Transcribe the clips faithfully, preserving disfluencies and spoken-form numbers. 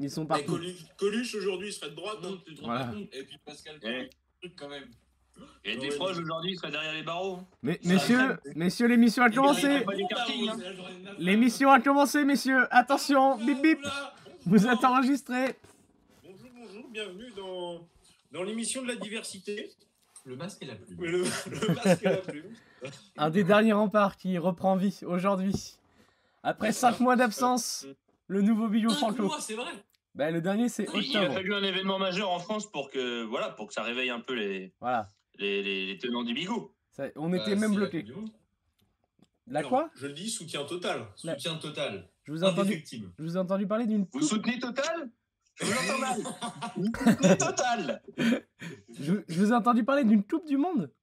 Ils sont Mais partout. Coluche, Coluche aujourd'hui, il serait de droite. Hein. Tu te rends Voilà. pas compte. Et puis Pascal, Eh. truc quand même. Et Ah des ouais, proches mais- aujourd'hui, il serait derrière les barreaux. Mais, Ça messieurs, crème. messieurs, l'émission a Il commencé. arrive pas du bon, karting, bah, hein. c'est la journée de la femme. L'émission a commencé, messieurs. Attention, bip bip. Oula, Vous bonjour. êtes enregistrés. Bonjour, bonjour, bienvenue dans, dans l'émission de la diversité. Le masque et la plume. Le, le masque et la plume. Un des derniers remparts qui reprend vie aujourd'hui. Après cinq mois d'absence, le nouveau Bilou Cinq Franco. mois, c'est vrai. Bah, le dernier, c'est Il, il a octobre. fallu un événement majeur en France pour que, voilà, pour que ça réveille un peu les, Voilà. les, les, les tenants du bigot. Ça- on Bah, était même c'est la bloqués. Coupe du Monde. La Alors, quoi Je le dis, soutien total. La- Soutien total. je vous, ai entendu, Indéfectible. je vous ai entendu parler d'une Vous toute... soutenez Total? Je vous entends mal. Vous soutenez Total? je, je vous ai entendu parler d'une coupe du monde.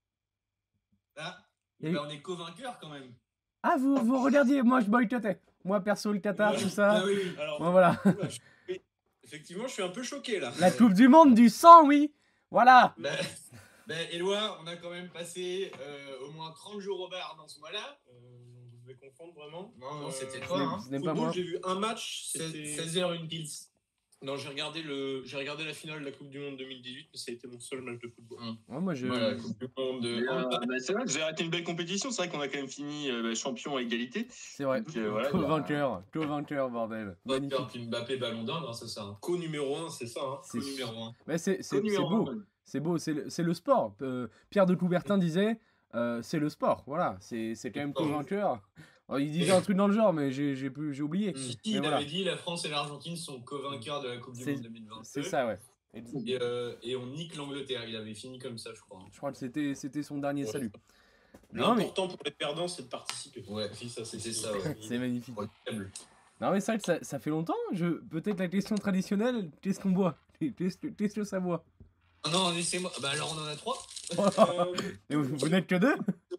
Ah, Il y a bah, eu- on est co-vainqueurs quand même. Ah, vous, vous regardiez, moi je boycottais. Moi perso, le Qatar, Ouais. tout ça. Ah oui, oui. Alors, Bon, voilà. oula, je- oui, effectivement, je suis un peu choqué là. La coupe du monde du sang, oui. Voilà. Ben, ben, Éloi, on a quand même passé euh, au moins trente jours au bar dans ce mois-là. Euh, vous devez confondre vraiment. Non, non, Euh, c'était Ce toi. n'est- Hein. ce n'est pas Football, moi. j'ai vu un match. c'était- seize heures, une pils. Non, j'ai regardé le, j'ai regardé la finale de la Coupe du Monde deux mille dix-huit, mais ça a été mon seul match de football. Ouais, moi je. Voilà, Coupe du Monde. Et, de euh, handball. bah, c'est vrai que vous avez arrêté une belle compétition. C'est vrai qu'on a quand même fini euh, bah, champion à égalité. C'est vrai. Donc, euh, voilà, il y a- Co-vainqueur, co-vainqueur, bordel. Magnifique. Puis Mbappé Ballon d'Or grâce à ça. Hein. Co numéro un, c'est ça. Hein. C'est- Co numéro un. Mais c'est c'est- Co- c'est numéro beau. un. C'est beau, c'est le, c'est le sport. Euh, Pierre de Coubertin disait euh, c'est le sport. Voilà, c'est c'est quand même co-vainqueur. Alors, il disait un truc dans le genre, mais j'ai j'ai plus- j'ai oublié. Si, Mais il voilà. avait dit la France et l'Argentine sont co-vainqueurs de la Coupe du C'est- Monde deux mille vingt-deux. C'est ça, ouais. Et Et, euh, et on nique l'Angleterre. Il avait fini comme ça, je crois. je crois que c'était c'était son dernier Ouais. salut. Non, mais L'important pour les perdants, c'est de participer. Ouais, Si, ça, c'était ça, ouais. c'est magnifique. Incroyable. Non, mais c'est vrai que ça, ça fait longtemps. Je... Peut-être la question traditionnelle qu'est-ce qu'on boit? Qu'est-ce que qu'est-ce que ça boit? Ah non, laissez-moi. Bah alors on en a trois. Euh, Et vous, vous n'êtes que deux?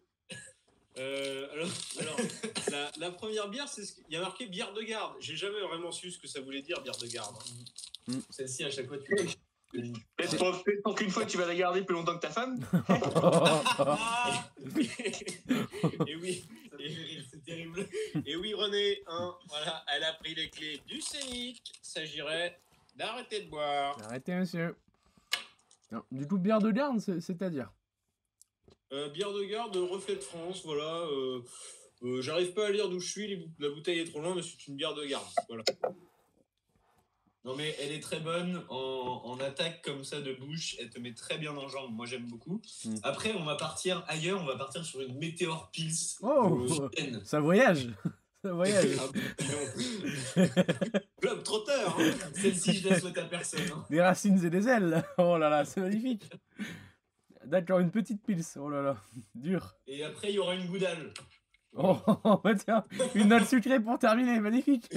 euh, alors, alors, la, la première bière, c'est ce qu'il y a marqué bière de garde. J'ai jamais vraiment su ce que ça voulait dire, bière de garde. Celle-ci, à chaque fois, tu Peut-être pour- peut-être pour qu'une fois tu vas la garder plus longtemps que ta femme. Ah Et oui, Ça me fait rire, c'est terrible. et oui, René, hein, voilà, elle a pris les clés du scénic. Il s'agirait d'arrêter de boire. Arrêtez, monsieur. Non, du coup, bière de garde, c'est- c'est-à-dire? Euh, bière de garde, reflet de France, voilà. euh, euh, J'arrive pas à lire d'où je suis, les bou- la bouteille est trop loin, mais c'est une bière de garde. Voilà. Non mais elle est très bonne en, en attaque comme ça de bouche, elle te met très bien en jambe, moi j'aime beaucoup. Mm. Après on va partir ailleurs, on va partir sur une Météor Pils. Oh, de Vienne. ça voyage. Ça voyage. Ah, dis donc. Globe trotteur, hein. Celle-ci je la souhaite à personne. Hein. Des racines et des ailes. Oh là là, c'est magnifique. D'accord, une petite pils. Oh là là, dur. Et après il y aura une goudale. Oh, bah tiens, une note sucrée pour terminer, magnifique.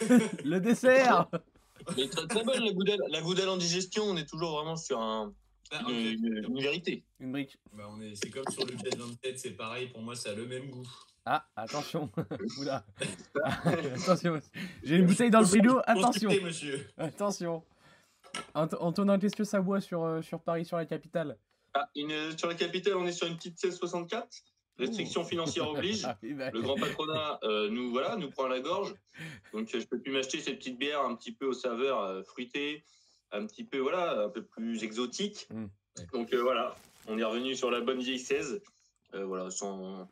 Le dessert. Mais très, très bonne la goudelle. La goudelle en digestion, on est toujours vraiment sur un, Ah, une, ok. une- une vérité. Une brique. Bah, on est, c'est comme sur le jet vingt-sept, c'est pareil, pour moi ça a le même goût. Ah, attention. Oula. Attention. J'ai une bouteille dans le frigo. Attention. Consultez, monsieur. Attention. Ant- Antonin, qu'est-ce que ça boit sur, euh, sur Paris, sur la capitale? Ah, une, sur la capitale, on est sur une petite seize soixante-quatre. Restriction financière oblige. Ah oui, bah, Le grand patronat euh, nous voilà, nous prend à la gorge. Donc euh, je peux plus m'acheter cette petite bière un petit peu aux saveurs euh, fruitées, un petit peu voilà, un peu plus exotique. Mm. Donc euh, voilà, on est revenu sur la bonne vieille seize. Euh, voilà, sans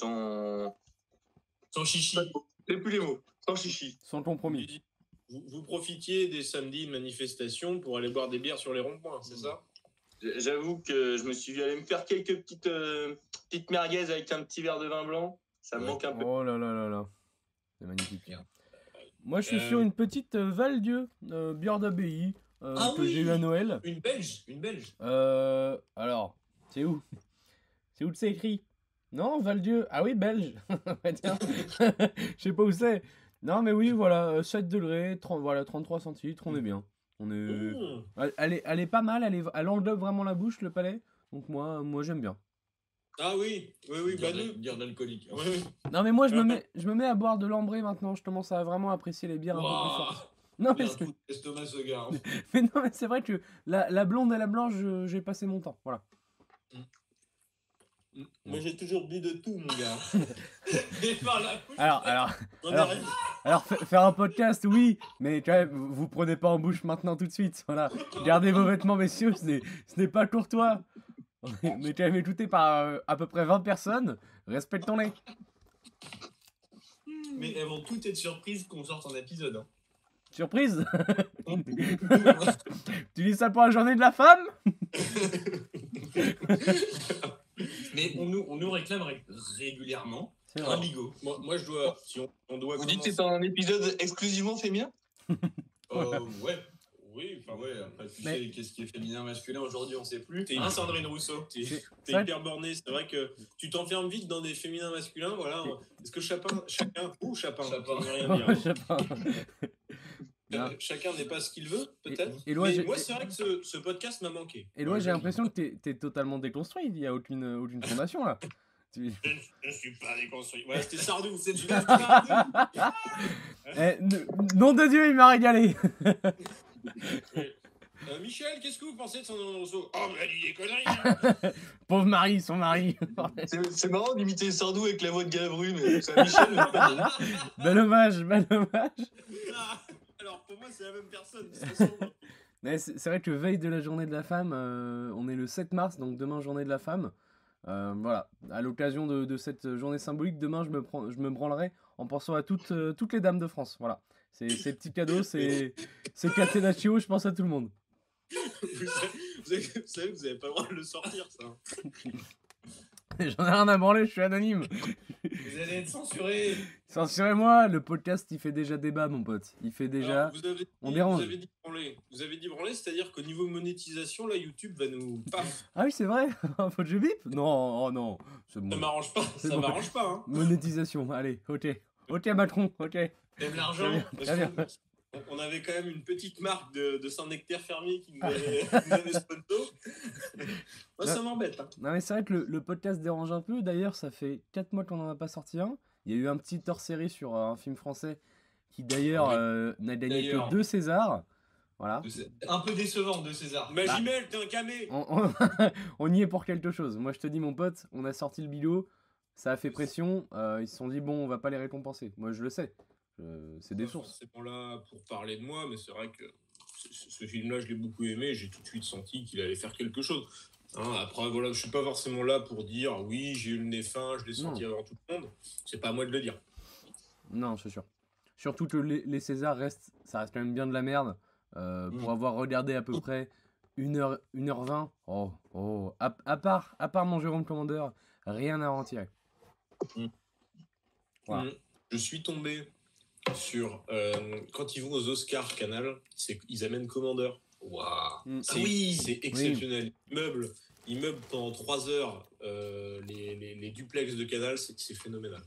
sans Sans chichi. c'est plus les mots, sans chichi. Sans compromis. Vous, vous profitiez des samedis de manifestation pour aller boire des bières sur les ronds-points, c'est ça? J'avoue que je me suis allé me faire quelques petites euh, petites merguez avec un petit verre de vin blanc. Ça me Ouais. manque un peu. Oh là là là là. C'est magnifique. Bien. Moi, je suis Euh, sur une petite euh, Val-Dieu, euh, bière d'abbaye, euh, Ah que oui. j'ai eu à Noël. Une belge, une belge. Euh, alors, c'est où? C'est où que c'est écrit? Non, Val-Dieu. Ah oui, belge. Bah, tiens. Je sais pas où c'est. Non, mais oui, voilà, euh, sept degrés, trente, voilà, trente-trois centilitres, on est bien. On est... Mmh. Elle, elle est, elle est pas mal, elle, est, elle englobe vraiment la bouche, le palais. Donc moi, moi j'aime bien. Ah oui, oui, oui, bah Bière nous. d'al- bière d'alcoolique. Oui, oui. Non, mais moi, je me Ouais. mets, je me mets à boire de l'ambré maintenant. Je commence à vraiment apprécier les bières un peu plus Ouah. fortes. Non, Il mais a un c'est, coup d'estomac ce gars. hein. mais non, mais c'est vrai que la, la blonde et la blanche, je- j'ai passé mon temps. Voilà. Moi, j'ai toujours bu de tout, mon gars. Et par la bouche. Alors, alors, J'en ai Alors- rien. alors fa- faire un podcast, oui, mais quand même, vous vous prenez pas en bouche maintenant tout de suite. Voilà. Gardez vos vêtements, messieurs, ce n'est- ce n'est pas courtois. On est on est quand même écouté par euh, à peu près vingt personnes. Respectons-les. Mais elles vont toutes être surprises qu'on sorte un épisode. Hein. Surprise. Tu dis ça pour la journée de la femme? Mais on nous, on nous réclame ré- régulièrement C'est un bigot. Moi, moi, je dois. Si on, on doit Vous dites que commencer- c'est un épisode exclusivement féminin? Euh, ouais. Oui, enfin, ouais. Après, tu Mais- sais, qu'est-ce qui est féminin, masculin aujourd'hui, on sait plus. T'es Hein, Sandrine Rousseau. T'es C'est- t'es c'est- hyper borné, c'est vrai que tu t'enfermes vite dans des féminins masculins, voilà. Est-ce que chacun, chacun, ou chacun, Chapin. ça veut rien dire. Je sais pas. Euh, Non. chacun n'est pas ce qu'il veut, peut-être. Et- et Éloi, Mais j'ai- moi, c'est vrai que ce, ce podcast m'a manqué. Et moi, Ouais, j'ai je- l'impression que t'es t'es totalement déconstruit. Il n'y a aucune, aucune fondation là. Tu- Je, je suis pas déconstruit. Voilà, c'était Sardou. C'est du Eh, n- nom de Dieu, il m'a régalé. Euh, Michel, qu'est-ce que vous pensez de Sandrine Rousseau? Oh, mais elle dit des conneries. hein. Pauvre Marie, son mari. C'est c'est marrant d'imiter Sardou avec la voix de Galabru, mais c'est Michel. mais pas bon. Bel hommage, bel hommage. Ah, alors, pour moi, c'est la même personne. ils se ressemblent. Mais C'est c'est vrai que veille de la journée de la femme, euh, on est le sept mars, donc demain journée de la femme. Euh, voilà, à l'occasion de, de cette journée symbolique, demain je me, prends, je me branlerai en pensant à toutes, euh, toutes les dames de France. Voilà, c'est ces petits cadeaux, c'est c'est Catenaccio, je pense à tout le monde. vous, savez, vous avez- vous savez que vous n'avez pas le droit de le sortir, ça. J'en ai rien à branler, je suis anonyme. Vous allez être censurés. Censurez-moi, le podcast il fait déjà débat, mon pote. Il fait déjà. Alors, vous avez dit, on dérange. Vous avez dit branler. Vous avez dit branler, c'est-à-dire qu'au niveau monétisation, là, YouTube va nous. Paf, Ah oui, c'est vrai. Faut que je bip. Non, oh non. C'est ça bon. m'arrange pas. C'est Ça bon. m'arrange pas, hein. Monétisation, allez, ok. Ok, Macron, ok. T'aimes l'argent? Très bien. Parce qu'on- on- On avait quand même une petite marque de, de Saint-Nectaire fermier qui nous avait, qui nous avait sponsor. Moi, ça m'embête. Hein. Non mais c'est vrai que le, le podcast dérange un peu. D'ailleurs, ça fait quatre mois qu'on n'en a pas sorti un. Il y a eu un petit hors-série sur euh, un film français qui d'ailleurs Oui. euh, n'a gagné D'ailleurs. que deux Césars. Voilà. Un peu décevant de César. Magimel, t'es un camé. On, on- on y est pour quelque chose. Moi je te dis mon pote, on a sorti le bigot, ça a fait pression. euh, ils se sont dit bon, on va pas les récompenser. Moi je le sais. Euh, c'est des Pas sources. forcément là pour parler de moi, mais c'est vrai que ce, ce- ce film-là, je l'ai beaucoup aimé. J'ai tout de suite senti qu'il allait faire quelque chose. Hein, après, voilà, je suis pas forcément là pour dire oui, j'ai eu le nez fin, je l'ai senti avant tout le monde. C'est pas à moi de le dire. Non, c'est sûr. Surtout que les, les Césars restent, ça reste quand même bien de la merde. Euh, Pour Mm. avoir regardé à peu près une heure, une heure vingt, oh, oh, à, à part, à part mon Jérôme Commandeur, rien à en tirer. Voilà. Mm. Je suis tombé sur euh, quand ils vont aux Oscars Canal, c'est ils amènent Commandeur. Waouh, Mm. c'est oui. c'est exceptionnel. Ils meublent, ils meublent pendant trois heures euh, les, les, les duplex de Canal, c'est c'est phénoménal.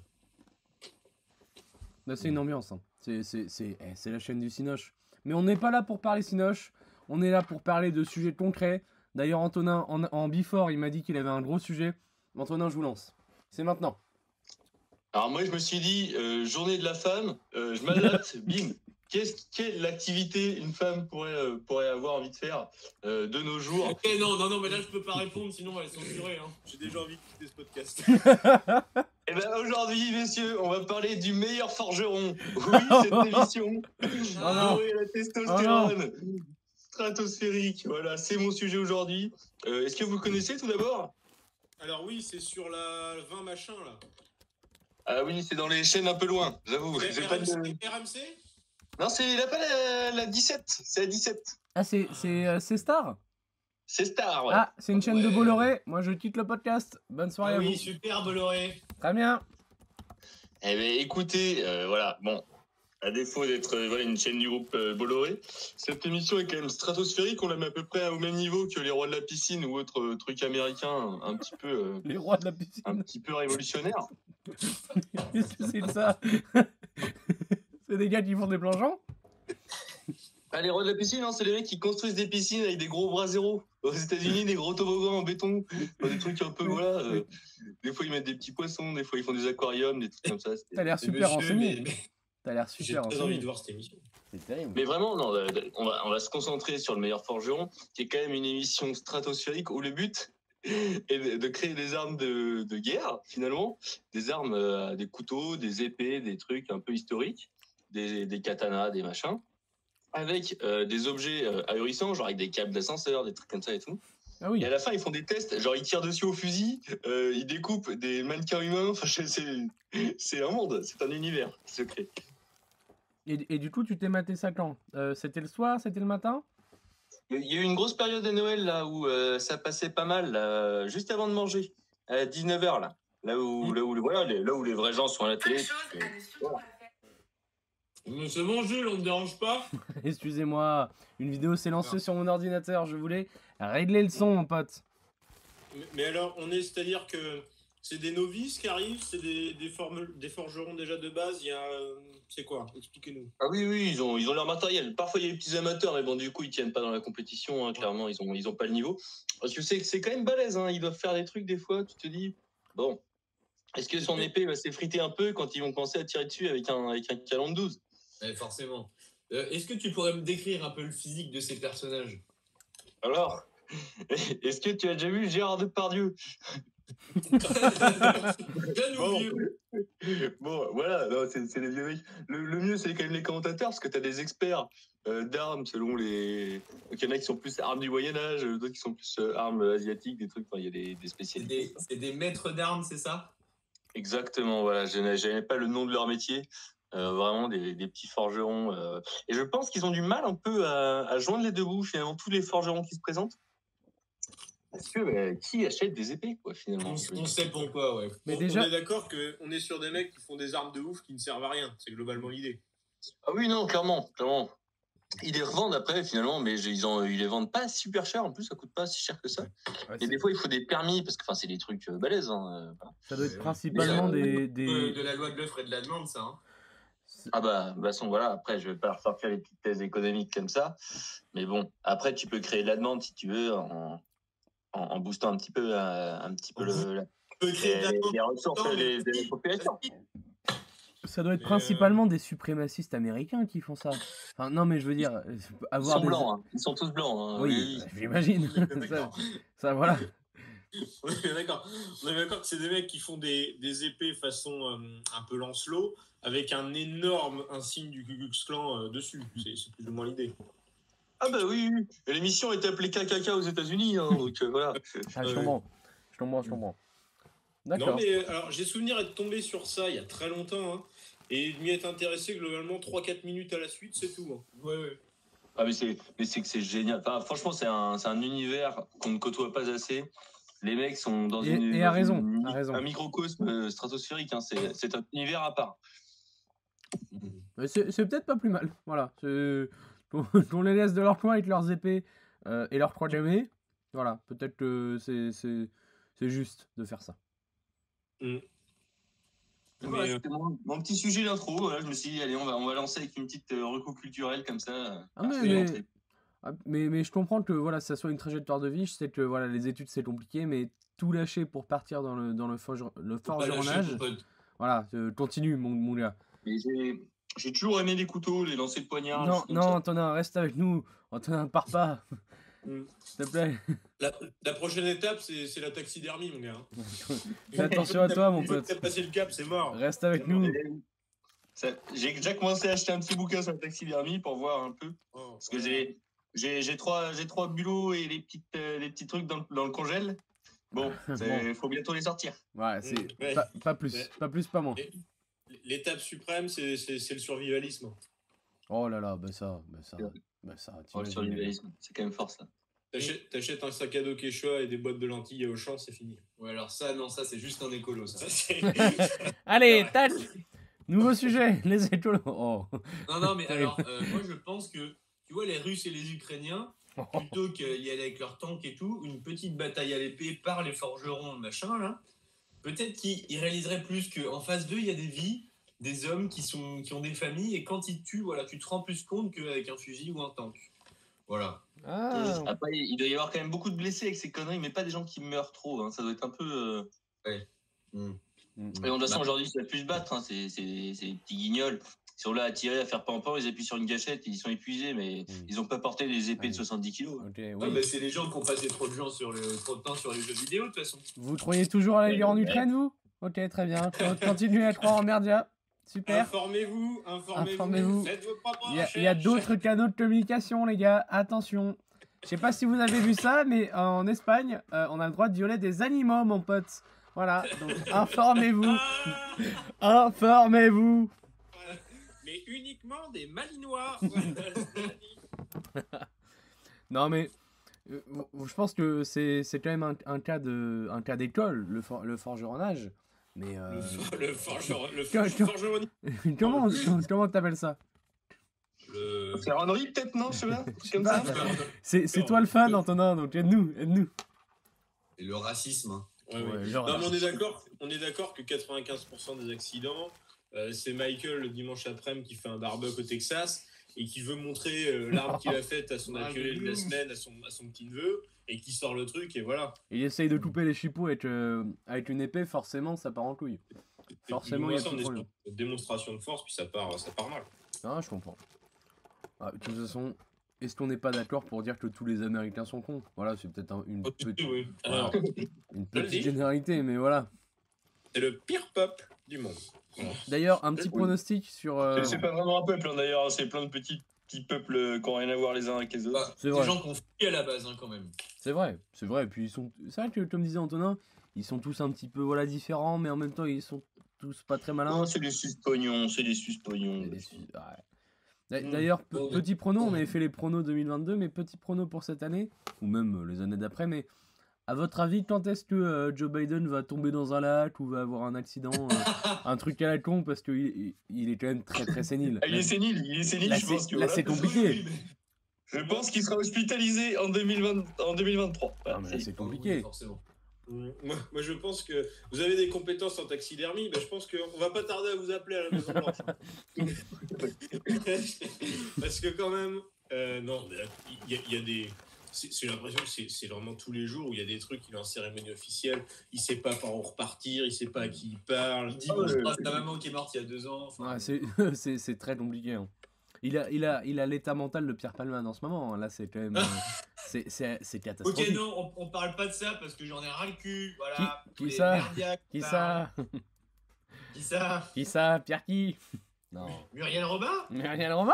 Là, c'est une ambiance. Hein. C'est, c'est, c'est, eh, c'est la chaîne du Cinoche. Mais on n'est pas là pour parler Cinoche. On est là pour parler de sujets concrets. D'ailleurs, Antonin, en, en before, il m'a dit qu'il avait un gros sujet. Antonin, je vous lance. C'est maintenant. Alors moi, je me suis dit, euh, journée de la femme, euh, je m'adapte, bim. Qu'est-ce, quelle activité une femme pourrait, euh, pourrait avoir envie de faire euh, de nos jours? Ok, non, non, non, mais là je peux pas répondre, sinon on va les censurer. Hein. J'ai déjà envie de quitter ce podcast. Eh ben aujourd'hui, messieurs, on va parler du meilleur forgeron. Oui, cette émission. non. Oui, la testostérone. Stratosphérique, voilà, c'est mon sujet aujourd'hui. Euh, est-ce que vous le connaissez tout d'abord? Alors oui, c'est sur la vingt machin là. Ah oui, c'est dans les chaînes un peu loin, j'avoue. J'ai pas de- R M C, R M C. Non, c'est là pas la, la dix-sept, c'est la dix-sept. Ah, c'est, c'est, euh, c'est Star. C'est Star, ouais. Ah, c'est une chaîne de Ouais. Bolloré. Moi, je quitte le podcast. Bonne soirée Ah à oui, vous. super Bolloré. Très bien. Eh bien, écoutez, euh, voilà, bon, à défaut d'être euh, voilà, une chaîne du groupe euh, Bolloré, cette émission est quand même stratosphérique, on la met à peu près au même niveau que les rois de la piscine ou autres euh, trucs américains un, un petit peu, euh, Les rois de la piscine. un petit peu révolutionnaires. Qu'est-ce que c'est que ça? C'est des gars qui font des plongeons? Ah, les rois de la piscine, hein, c'est les mecs qui construisent des piscines avec des gros bras zéro. Aux États-Unis, des gros toboggans en béton, des trucs un peu, voilà. euh, des fois, ils mettent des petits poissons, des fois, ils font des aquariums, des trucs comme ça. c'est- T'as l'air Mais super monsieur, renseigné. mais- mais T'as l'air J'ai super très renseigné. envie de voir cette émission. C'est terrible. Mais vraiment, non, euh, on va, on va se concentrer sur le meilleur forgeron, qui est quand même une émission stratosphérique où le but, et de, de créer des armes de, de guerre, finalement. Des armes, euh, des couteaux, des épées, des trucs un peu historiques, des, des katanas, des machins, avec euh, des objets euh, ahurissants, genre avec des câbles d'ascenseur, des trucs comme ça et tout. Ah oui. Et à la fin, ils font des tests, genre ils tirent dessus au fusil, euh, ils découpent des mannequins humains, enfin, c'est, c'est un monde, c'est un univers qui se crée. Et, et du coup, tu t'es maté ça quand euh, C'était le soir, c'était le matin? Il y a eu une grosse période à Noël là où euh, ça passait pas mal, là, juste avant de manger, à dix-neuf heures là. Là où, mmh. là, où, voilà, les, là où les vrais gens sont à la télé. Euh, voilà. Mais c'est bon, Jules, on ne dérange pas. Excusez-moi, une vidéo s'est lancée sur mon ordinateur, je voulais régler le son, mon pote. Mais, mais alors, on est, c'est-à-dire que c'est des novices qui arrivent, c'est des, des, forme, des forgerons déjà de base, il y a... C'est quoi? Expliquez-nous. Ah oui, oui, ils ont, ils ont leur matériel. Parfois, il y a des petits amateurs, mais bon, du coup, ils tiennent pas dans la compétition, hein, clairement, ils ont, ils ont pas le niveau. Parce que c'est, c'est quand même balèze, hein, ils doivent faire des trucs des fois, tu te dis, bon, est-ce que son épée va s'effriter un peu quand ils vont commencer à tirer dessus avec un, avec un canon de douze? Ouais, forcément. Euh, est-ce que tu pourrais me décrire un peu le physique de ces personnages? Alors, est-ce que tu as déjà vu Gérard Depardieu? bon. bon, voilà, non, c'est, c'est les vieux mecs. Le, le mieux, c'est quand même les commentateurs, parce que tu as des experts euh, d'armes selon les. Donc, il y en a qui sont plus armes du Moyen-Âge, d'autres qui sont plus euh, armes asiatiques, des trucs. Enfin, il y a des, des spécialités. C'est des, c'est des maîtres d'armes, c'est ça? Exactement, voilà. Je n'avais pas le nom de leur métier. Euh, vraiment des, des petits forgerons. Euh... Et je pense qu'ils ont du mal un peu à, à joindre les deux bouts, finalement, tous les forgerons qui se présentent. Parce que bah, qui achète des épées, quoi, finalement? On, on sait pourquoi, ouais. Mais on, déjà... on est d'accord qu'on est sur des mecs qui font des armes de ouf qui ne servent à rien. C'est globalement l'idée. Ah oui, non, clairement, clairement. Ils les revendent après, finalement, mais ils, ont, ils les vendent pas super cher. En plus, ça coûte pas si cher que ça. Ouais, et des fois, il faut des permis, parce que c'est des trucs euh, balèzes. Hein. Ça doit être principalement des... des... De, de la loi de l'offre et de la demande, ça. Hein. Ah bah, de toute façon, voilà, après, je vais pas ressortir les petites thèses économiques comme ça. Mais bon, après, tu peux créer de la demande, si tu veux, en... En, en boostant un petit peu, euh, un petit peu le, la, les, les, les ressources des, des populations. Ça doit être mais principalement euh... des suprémacistes américains qui font ça. Enfin, non, mais je veux dire, avoir ils sont des... blancs, hein. Ils sont tous blancs. Hein. Oui, oui. J'imagine. ça, ça, voilà. On est d'accord. On est d'accord que c'est des mecs qui font des, des épées façon euh, un peu Lancelot avec un énorme insigne du Ku Klux Klan euh, dessus. C'est, c'est plus ou moins l'idée. Ah bah oui, oui. L'émission est appelée K K K aux États-Unis, hein, donc euh, voilà. Ah, je comprends, je comprends, je comprends. D'accord. Non mais alors j'ai souvenir d'être tombé sur ça il y a très longtemps, hein, et de m'y être intéressé globalement trois quatre minutes à la suite, c'est tout. Hein. Ouais, ouais. Ah mais c'est, mais c'est que c'est génial. Enfin, franchement, c'est un, c'est un univers qu'on ne côtoie pas assez. Les mecs sont dans et, une, et dans à raison, une, à raison. un microcosme stratosphérique. Hein. C'est, c'est un univers à part. C'est, c'est peut-être pas plus mal. Voilà. C'est... qu'on les laisse de leur coin avec leurs épées euh, et leurs croix gammées. Voilà, peut-être que c'est, c'est, c'est juste de faire ça. Mmh. Voilà, mais... C'était mon, mon petit sujet d'intro. Voilà, je me suis dit, allez, on va, on va lancer avec une petite euh, reco culturelle comme ça. Ah, mais, mais, mais, mais je comprends que voilà, ça soit une trajectoire de vie. Je sais que voilà, les études c'est compliqué, mais tout lâcher pour partir dans le, dans le, forge, le forgeronnage. Voilà, euh, continue, mon, mon gars. Mais j'ai. J'ai toujours aimé les couteaux, les lancers de poignard. Non, non, Antonin, reste avec nous. Antonin, pars pas. Mm. S'il te plaît. La, la prochaine étape, c'est, c'est la taxidermie, mon gars. Fais attention à toi, mon pote. Tu as passé le cap, c'est mort. Reste avec nous. Ça, j'ai déjà commencé à acheter un petit bouquin sur la taxidermie pour voir un peu. Oh, parce que ouais. j'ai, j'ai, j'ai, trois, j'ai trois bulots et les, petites, euh, les petits trucs dans, dans le congèle. Bon, il bon. faut bientôt les sortir. Ouais, c'est mmh, ouais. Pas, pas plus, ouais. pas plus, pas moins. Et... L'étape suprême, c'est, c'est, c'est le survivalisme. Oh là là, bah ça, bah ça, bah ça. Oh, le survivalisme, c'est quand même fort ça. T'achètes, t'achètes un sac à dos Quechua et des boîtes de lentilles au champ, c'est fini. Ouais, alors ça, non, ça c'est juste un écolo, ça. Allez, tac. Nouveau sujet, les écolos. Oh. Non, non, mais alors, euh, moi je pense que, tu vois, les Russes et les Ukrainiens, plutôt qu'y aller avec leurs tanks et tout, une petite bataille à l'épée par les forgerons, machin, là, peut-être qu'ils réaliseraient plus qu'en phase deux, il y a des vies, des hommes qui, sont, qui ont des familles, et quand ils tuent, voilà, tu te rends plus compte qu'avec un fusil ou un tank. Voilà. Ah. Après, il doit y avoir quand même beaucoup de blessés avec ces conneries, mais pas des gens qui meurent trop. Hein. Ça doit être un peu... Euh... Ouais. Mmh. Et de toute façon, bah. aujourd'hui, ça va plus se battre. Hein. C'est, c'est, c'est des petits guignols. Ils sont là à tirer, à faire pam-pam, ils appuient sur une gâchette, ils sont épuisés, mais Mm. ils ont pas porté des épées Ouais. de soixante-dix kilos. Ok, Ouais, oui. bah, c'est les gens qui ont passé trop de, gens sur le, trop de temps sur les jeux vidéo, de toute façon. Vous croyez toujours à la guerre en Ukraine, vous? Ok, très bien. Con- Continuez à croire en Merdia. Super. Informez-vous, informez-vous. Informez-vous. Faites vos propres Il y a, il y a recherches. d'autres canaux de communication, les gars. Attention. Je sais pas si vous avez vu ça, mais euh, en Espagne, euh, on a le droit de violer des animaux, mon pote. Voilà. Donc, informez-vous. Ah, Informez-vous. mais uniquement des Malinois. Non, mais euh, je pense que c'est c'est quand même un, un cas de un cas d'école, le, for- le forgeronnage. Mais euh, Le, for- le forgeron, le Quand- for- quand- forgeron- comment comment comment t'appelles ça? le- C'est Henry, peut-être, non, celui-là Je sais Comme pas. ça C'est c'est toi le fan, Antonin, donc aide-nous, aide-nous. Et le racisme. Hein. Ouais, ouais. Ouais, genre- Non, mais on est d'accord, on est d'accord que quatre-vingt-quinze pour cent des accidents, euh, c'est Michael le dimanche après-midi qui fait un barbecue au Texas et qui veut montrer euh, l'arme qu'il a faite à son Ah, acculé de la oui. semaine, à son, à son petit neveu, et qui sort le truc, et voilà. Il essaye de couper les chipots avec, euh, avec une épée, forcément ça part en couille. Forcément, il y a ça, plus on de est sur problème. une démonstration de force, puis ça part, ça part mal. Ah, je comprends. Ah, de toute façon, est-ce qu'on n'est pas d'accord pour dire que tous les Américains sont cons? Voilà, c'est peut-être un- une, petite- Oui. voilà, Alors, une Je le petite dis. généralité, mais voilà. c'est le pire peuple du monde. Voilà. D'ailleurs, un petit Oui. pronostic sur... euh, C'est- C'est pas vraiment un peuple, hein, d'ailleurs, hein, c'est plein de petits, petits peuples euh, qui n'ont rien à voir les uns avec les autres. Bah, C'est des vrai. gens qui ont fui à la base, hein, quand même. C'est vrai, c'est vrai. Et puis ils sont... C'est vrai que, comme disait Antonin, ils sont tous un petit peu voilà, différents, mais en même temps, ils sont tous pas très malins. Non, c'est des sus-pognons, c'est des sus-pognons. Et des su- ouais. D'a- Mm. D'ailleurs, pe- Bon, petit prono, on avait fait les pronos deux mille vingt-deux, mais petit prono pour cette année, ou même euh, les années d'après, mais à votre avis, quand est-ce que euh, Joe Biden va tomber dans un lac ou va avoir un accident, euh, un truc à la con, parce qu'il il, il est quand même très très sénile. Ah, il est sénile, il est sénile, Là, je pense c'est- que là, voilà. c'est compliqué. Oui, mais- Je pense qu'il sera hospitalisé en, deux mille vingt, en deux mille vingt-trois. Voilà, Non, mais là, c'est- c'est Oui, compliqué. forcément. Mm. Moi, moi, je pense que vous avez des compétences en taxidermie, ben, je pense qu'on va pas tarder à vous appeler à la Maison Blanche. Parce que quand même, euh, non, mais il y, a- il y a des... C'est c'est l'impression que c'est c'est vraiment tous les jours où il y a des trucs, il est en cérémonie officielle, il sait pas par où repartir, il sait pas à qui il parle. Il dit Ah bon, je ouais. croise ta maman qui est morte il y a deux ans. Enfin, Ouais, c'est c'est- c'est très compliqué. hein. Il a il a il a l'état mental de Pierre Palman en ce moment. hein. Là, c'est quand même euh, c'est c'est c'est Ok, catastrophique. non, on, on parle pas de ça parce que j'en ai ras le cul. Voilà. Qui- Tous qui les ça merdiaques Qui parlent. ça Qui ça Qui ça Pierre qui Non. Muriel Robin Mais rien Romain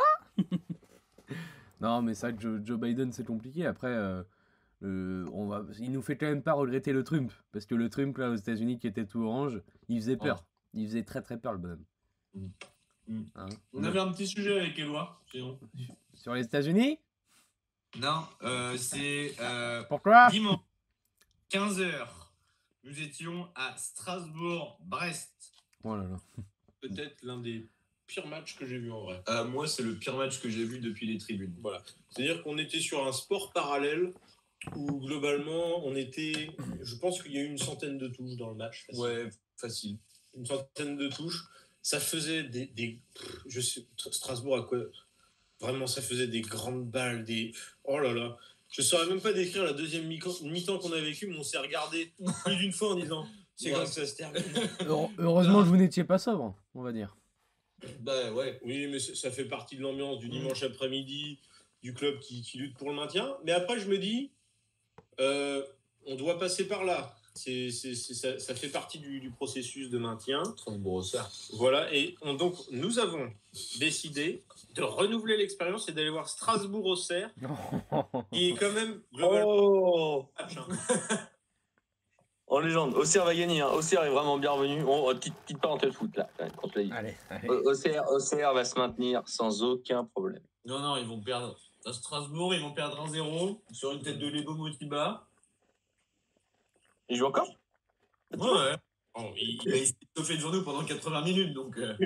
Non, mais ça, Joe, Joe Biden, c'est compliqué. Après, euh, euh, on va, il nous fait quand même pas regretter le Trump. Parce que le Trump, là, aux États-Unis, qui était tout orange, il faisait peur. Il faisait très très peur, le bonhomme. Mm. Mm. Hein On avait un petit sujet avec Eloi. sinon. Sur les États-Unis Non, euh, c'est euh, Pourquoi dimanche, quinze heures. Nous étions à Strasbourg-Brest. Oh là là. Peut-être l'un des pires matchs que j'ai vu en vrai. Euh, moi, c'est le pire match que j'ai vu depuis les tribunes. Voilà. C'est-à-dire qu'on était sur un sport parallèle où globalement on était. Je pense qu'il y a eu une centaine de touches dans le match. facile. Ouais, facile. Une centaine de touches. Ça faisait des. des pff, je sais, Strasbourg à quoi. Vraiment, ça faisait des grandes balles, des. Oh là là. Je saurais même pas décrire la deuxième mi- mi-temps qu'on a vécu, mais on s'est regardé plus d'une fois en disant c'est Ouais. comme ça se termine. Heure- Heureusement que vous n'étiez pas sobre, on va dire. Bah ouais. Oui, mais c'est- ça fait partie de l'ambiance du dimanche après-midi, du club qui, qui lutte pour le maintien. Mais après, je me dis, euh, on doit passer par là. C'est, c'est, c'est- ça, ça fait partie du, du processus de maintien. Strasbourg-Auxerre. Voilà, et on- donc nous avons décidé de renouveler l'expérience et d'aller voir Strasbourg-Auxerre, qui est quand même globalement Oh un match, hein. En légende, Auxerre va gagner. Hein. Auxerre est vraiment bien revenu. On, petite, petite parenthèse foot là. Quand on l'a dit. allez, allez. Au- Auxerre, Auxerre va se maintenir sans aucun problème. Non, non, ils vont perdre. À Strasbourg, ils vont perdre un zéro sur une tête de Lebo Motiba. Il joue encore? Ouais, ouais. Oh, il- Il, il s'est chauffé devant nous pendant quatre-vingts minutes, donc. euh,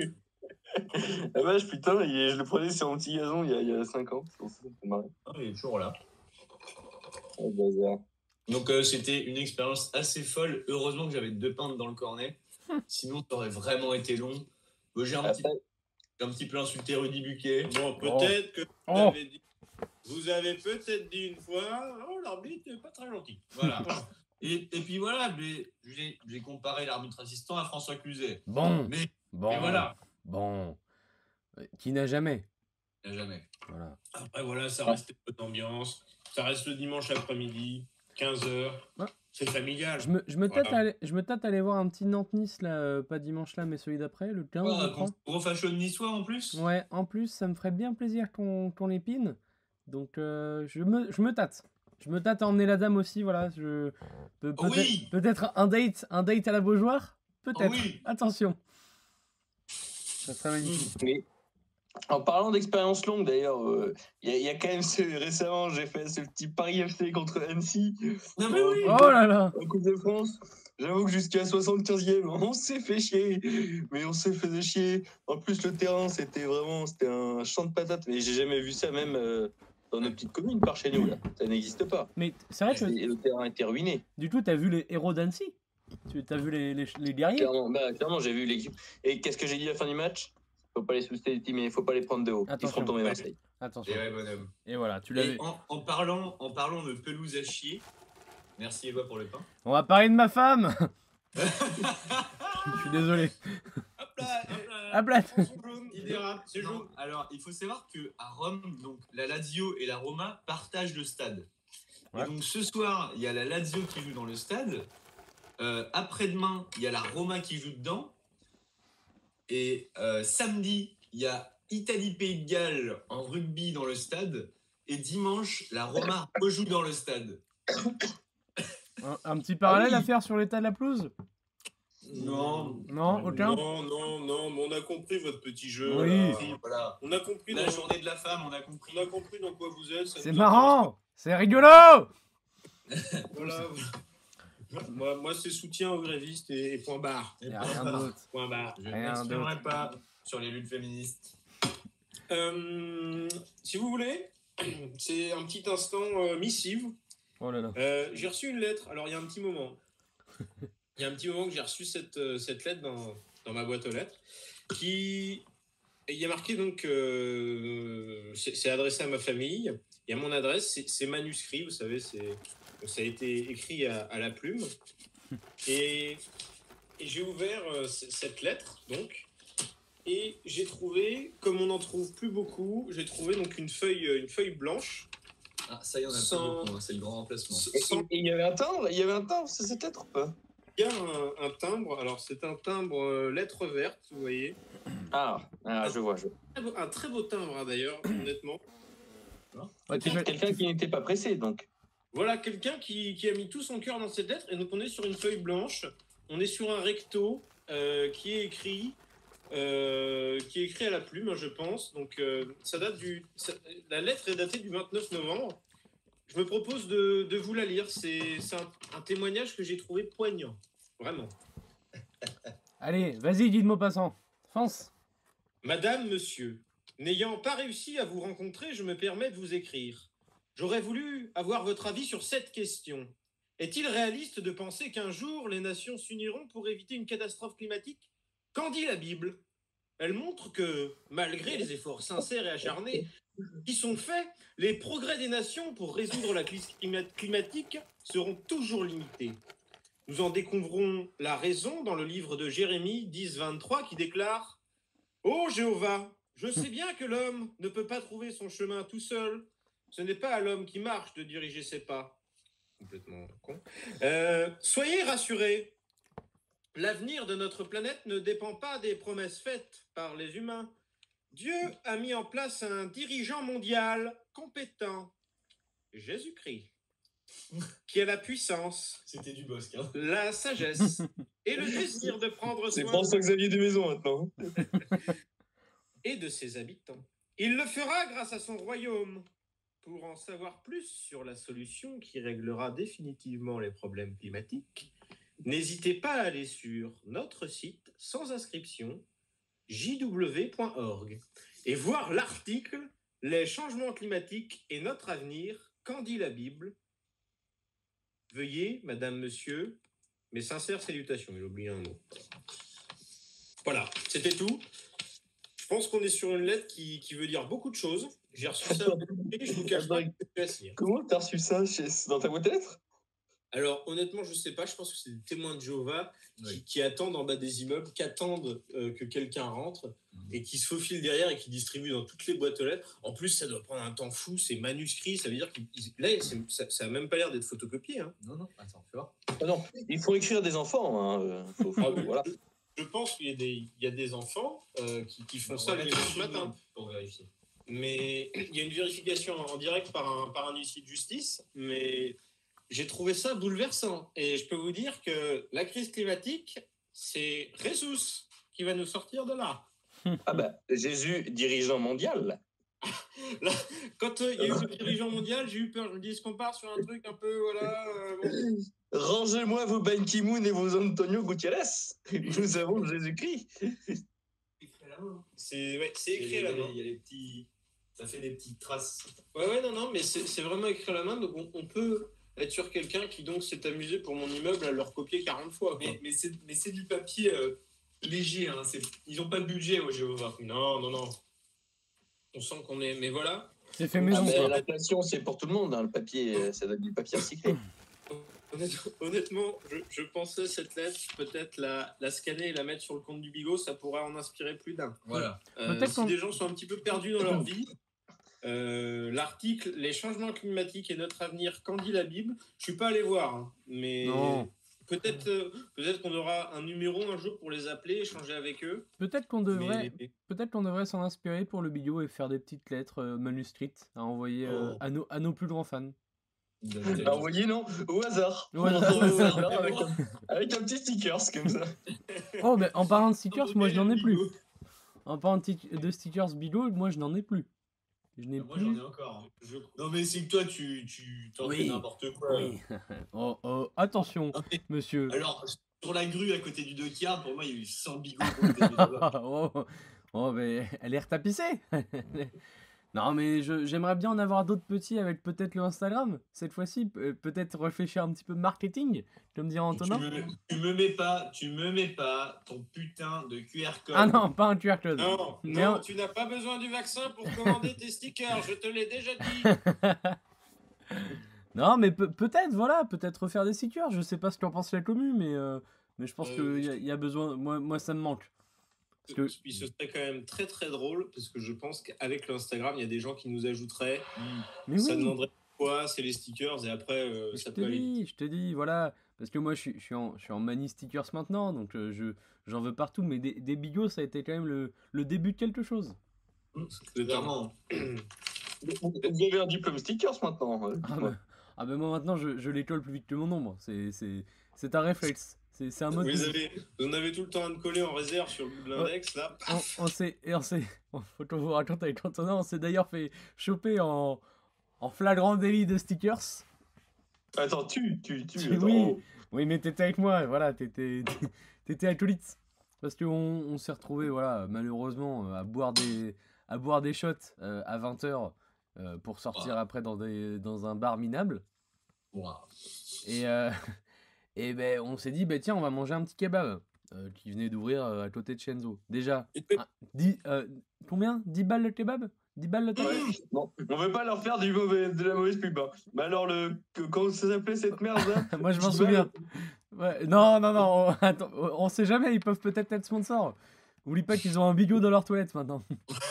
La vache, putain, il est- je le prenais sur un petit gazon il y a, il y a cinq ans. C'est pour ça que ça me fait marrer. ah, il est toujours là. Oh, bazar. Donc, euh, c'était une expérience assez folle. Heureusement que j'avais deux pintes dans le cornet. Sinon, ça aurait vraiment été long. Bon, j'ai un, petit, Après, j'ai un petit peu insulté Rudy Buquet. Bon, peut-être que vous Oh. avez dit, vous avez peut-être dit une fois, oh, l'arbitre n'est pas très gentil. Voilà. Et, et puis voilà, mais j'ai j'ai comparé l'arbitre assistant à François Cluzet. Bon, Mais, bon, mais voilà. bon. Euh, Qui n'a jamais. Il n'y a jamais. Voilà. Après, voilà, ça reste une bonne ambiance. Ça reste le dimanche après-midi, quinze heures. Ouais. C'est familial. Je me, je me tâte Voilà. à aller, je me tâte à aller voir un petit Nantes-Nice, là, euh, pas dimanche là, mais celui d'après, le quinze, je Ah, crois. gros fashion niçois en plus. Ouais, en plus, ça me ferait bien plaisir qu'on qu'on l'épine. Donc, euh, je, me, je me tâte. Je me tâte à emmener la dame aussi, voilà. Je, peut, Oh peut-être, oui. peut-être un date, un date à la Beaujoire. Peut-être. Oh oui. Attention. Ça serait magnifique. Mais en parlant d'expérience longue, d'ailleurs, il euh, y, y a quand même ce, récemment, j'ai fait ce petit Paris F C contre Annecy. Non mais oui. Oh là là. En Coupe de France. J'avoue que jusqu'à soixante-quinzième, on s'est fait chier. Mais on s'est fait chier. En plus, le terrain, c'était vraiment c'était un champ de patates. Mais j'ai jamais vu ça, même euh, dans nos petites communes par chez nous. Là. Ça n'existe pas. Mais c'est vrai que Et le terrain était ruiné. du coup, t'as vu les héros d'Annecy. Tu as vu les, les, les guerriers. Clairement, bah, clairement j'ai vu l'équipe. Et qu'est-ce que j'ai dit à la fin du match? Faut pas les sous-estimer, faut pas les prendre de haut. Ils Attention. feront tomber Marseille. Attention. Et ouais, bonhomme. Et voilà, tu Et l'avais. en, en parlant, en parlant de pelouse à chier, merci Eva pour le pain. On va parler de ma femme. Je suis désolé. Hop là, hop là. Hop là. Prends son jaune, il dérape, c'est Non, jaune. alors, il faut savoir que à Rome, donc la Lazio et la Roma partagent le stade. Ouais. Et donc ce soir, il y a la Lazio qui joue dans le stade. Euh, après-demain, il y a la Roma qui joue dedans. Et euh, samedi, il y a Italie-Pays de Galles en rugby dans le stade. Et dimanche, la Roma rejoue dans le stade. Un, un petit parallèle Ah oui. à faire sur l'état de la pelouse. Non. Non, aucun. Non, non, non, mais on a compris votre petit jeu. Oui. là. Si, voilà. On a compris La dans... journée de la femme, on a compris. on a compris dans quoi vous êtes. ça C'est nous marrant. C'est rigolo. intéresse. Voilà. moi, moi c'est soutien aux grévistes et, et point barre. Y a rien d'autre. Point barre. Je ne Rien m'exprimerai pas sur les luttes féministes. Euh, si vous voulez, c'est un petit instant euh, missive. Oh là là. Euh, j'ai reçu une lettre. Alors, il y a un petit moment. Il y a un petit moment que j'ai reçu cette, euh, cette lettre dans, dans ma boîte aux lettres. Qui... Il y a marqué donc. Euh, c'est, c'est adressé à ma famille. Il y a mon adresse. C'est, c'est manuscrit, vous savez. C'est, ça a été écrit à, à la plume. Et, et j'ai ouvert euh, c- cette lettre, donc. Et j'ai trouvé, comme on n'en trouve plus beaucoup, j'ai trouvé donc une feuille, une feuille blanche. Ah, ça y en a Sans- pas beaucoup, hein, c'est le grand remplacement. S- Et sans- et il y avait un timbre? Il y avait un timbre, c'est cette lettre ou pas? Il y a un, un timbre. Alors, c'est un timbre euh, lettre verte, vous voyez. Ah, ah, je vois, je vois. Très beau- Un très beau timbre, hein, d'ailleurs, honnêtement. Ouais, tu fais- Quelqu'un qui n'était pas pressé, donc. Voilà, quelqu'un qui, qui a mis tout son cœur dans cette lettre. Et donc, on est sur une feuille blanche. On est sur un recto euh, qui est écrit. euh, qui est écrit à la plume, hein, je pense. Donc, euh, ça date du. ça- la lettre est datée du vingt-neuf novembre. Je me propose de, de vous la lire. C'est, c'est un, un témoignage que j'ai trouvé poignant. Vraiment. Allez, vas-y, Guy de Maupassant. Fonce. Madame, monsieur, n'ayant pas réussi à vous rencontrer, je me permets de vous écrire. J'aurais voulu avoir votre avis sur cette question. Est-il réaliste de penser qu'un jour les nations s'uniront pour éviter une catastrophe climatique? Qu'en dit la Bible? Elle montre que, malgré les efforts sincères et acharnés qui sont faits, les progrès des nations pour résoudre la crise clima- climatique seront toujours limités. Nous en découvrons la raison dans le livre de Jérémie dix vingt-trois qui déclare « Ô Jéhovah, je sais bien que l'homme ne peut pas trouver son chemin tout seul. Ce n'est pas à l'homme qui marche de diriger ses pas. » Complètement con. Euh, soyez rassurés. L'avenir de notre planète ne dépend pas des promesses faites par les humains. Dieu a mis en place un dirigeant mondial compétent, Jésus-Christ, qui a la puissance, C'était du bosque, hein. la sagesse et le désir de prendre C'est soin François-Xavier de Maison maintenant. et de ses habitants. Il le fera grâce à son royaume. Pour en savoir plus sur la solution qui réglera définitivement les problèmes climatiques, n'hésitez pas à aller sur notre site sans inscription, j w point org, et voir l'article « Les changements climatiques et notre avenir, qu'en dit la Bible ?» Veuillez, madame, monsieur, mes sincères salutations. Il a oublié un mot. Voilà, c'était tout. Je pense qu'on est sur une lettre qui, qui veut dire beaucoup de choses. J'ai reçu ça, et je vous cache pas que c'est à signer. Comment t'as reçu ça chez... dans ta boîte aux lettres? Alors, honnêtement, je sais pas. Je pense que c'est des témoins de Jéhovah qui, Oui. qui attendent en bas des immeubles, qui attendent euh, que quelqu'un rentre et qui se faufilent derrière et qui distribuent dans toutes les boîtes aux lettres. En plus, ça doit prendre un temps fou. C'est manuscrit. Ça veut dire que là, c'est- ça, ça a même pas l'air d'être photocopié. Hein. Non, non, attends, tu vois. Ah non, il faut écrire des enfants. Hein. euh, faut- faut- Ah oui. voilà. Je pense qu'il y a des, il y a des enfants euh, qui, qui font On ça va le aller ce sur matin. Google pour vérifier. Mais il y a une vérification en direct par un, par un huissier de justice. Mais j'ai trouvé ça bouleversant. Et je peux vous dire que la crise climatique, c'est Jesus qui va nous sortir de là. Ah bah, Jésus, dirigeant mondial. Là, quand euh, il y a eu le dirigeant mondial, j'ai eu peur. Je me dis, est-ce qu'on part sur un truc un peu, voilà. euh, bon. Rangez-moi vos Ban Ki-moon et vos Antonio Gutiérrez. Nous avons Jésus-Christ. Écrit à la main. C'est ouais, c'est écrit à Il y la a les- main. Il y a les petits. Ça fait des petites traces. Ouais, ouais, non, non, mais c'est c'est vraiment écrit à la main. Donc on, on peut être sur quelqu'un qui donc s'est amusé pour mon immeuble à le recopier quarante fois. quoi. Mais, mais c'est mais c'est du papier euh, léger. Hein. c'est- Ils n'ont pas de budget au Jéhovah. Non, non, non. On sent qu'on est. Mais voilà. C'est fait Ah maison, bah, quoi. l'inflation, c'est pour tout le monde. Hein. Le papier, euh, ça doit être du papier recyclé. Honnêt- Honnêtement, je, je pensais cette lettre, peut-être la, la scanner et la mettre sur le compte du Bigot, ça pourrait en inspirer plus d'un. Voilà. Euh, Peut-être si qu'on- des gens sont un petit peu perdus dans leur vie, euh, l'article Les changements climatiques et notre avenir, qu'en dit la Bible, je suis pas allé voir, hein, mais Non. peut-être euh, peut-être qu'on aura un numéro un jour pour les appeler, échanger avec eux. Peut-être qu'on devrait, Mais- peut-être qu'on devrait s'en inspirer pour le bigot et faire des petites lettres euh, manuscrites à envoyer euh, Oh. à, nos, à nos plus grands fans. Ah, vous voyez, non, au hasard. Au hasard. Au hasard, avec, un, avec un petit stickers comme ça. Oh, mais en parlant de stickers, moi je n'en ai plus. Bigot. En parlant de, tic- de stickers bigot, moi je n'en ai plus. Je n'ai Moi, j'en plus. ai encore. hein. Je- Non, mais c'est que toi, tu, tu t'en Oui. fais n'importe quoi. Oui. Oh, oh, attention, Non, mais- monsieur. Alors, sur la grue à côté du dockyard, pour moi, il y a eu cent bigots. pour le Jéhovah. oh, oh, mais elle est retapissée. Non, mais je- j'aimerais bien en avoir d'autres petits avec peut-être le Instagram. Cette fois-ci, Pe- peut-être réfléchir un petit peu marketing, comme dirait tu, Antonin. me, tu me mets pas, tu me mets pas ton putain de Q R code. Ah non, pas un Q R code. Non, Mais non, un- tu n'as pas besoin du vaccin pour commander tes stickers, je te l'ai déjà dit. Non, mais pe- peut-être, voilà, peut-être refaire des stickers. Je sais pas ce qu'en pense la commu, mais, euh, mais je pense Euh, qu'il y, a- y a besoin. Moi, moi, ça me manque. Parce que, Puis ce serait quand même très très drôle parce que je pense qu'avec l'Instagram, il y a des gens qui nous ajouteraient. mais Ça oui, demanderait quoi, c'est les stickers et après euh, je ça te peut aller. dis, je te dis, voilà. Parce que moi, je suis, je suis, en, je suis en manie stickers maintenant, donc euh, je, j'en veux partout. Mais des, des bigots, ça a été quand même le, le début de quelque chose. Clairement. Vous avez un diplôme stickers maintenant. euh, Ah dites-moi. bah, ah bah moi maintenant, je, je les colle plus vite que mon ombre. C'est, c'est, c'est un réflexe. C'est, c'est un Vous, mode. les avez, vous en avez tout le temps à me coller en réserve sur le bout de l'index là. On, on s'est, et on s'est, faut qu'on vous raconte avec Antonin, on s'est d'ailleurs fait choper en, en flagrant délit de stickers. Attends, tu, tu, tu. Tu- attends. oui. Oui, mais t'étais avec moi, voilà, t'étais, t'étais acolyte. Parce qu'on on s'est retrouvé, voilà, malheureusement, euh, à boire des, à boire des shots euh, à vingt heures pour sortir Ouais. après dans, des, dans un bar minable. Wow. Et, euh, et ben, on s'est dit, bah, tiens, on va manger un petit kebab euh, qui venait d'ouvrir euh, à côté de Shenzo. Déjà, ah, dix, euh, combien dix balles le kebab dix balles le kebab. Bon, on veut pas leur faire du mauvais, de la mauvaise pub. Hein. Mais alors, le, que- comment ça s'appelait cette merde là Moi, je m'en dix souviens. balles. Ouais, non, non, non, on, attends, on sait jamais, ils peuvent peut-être être sponsors. Oublie pas qu'ils ont un bigot dans leurs toilettes maintenant.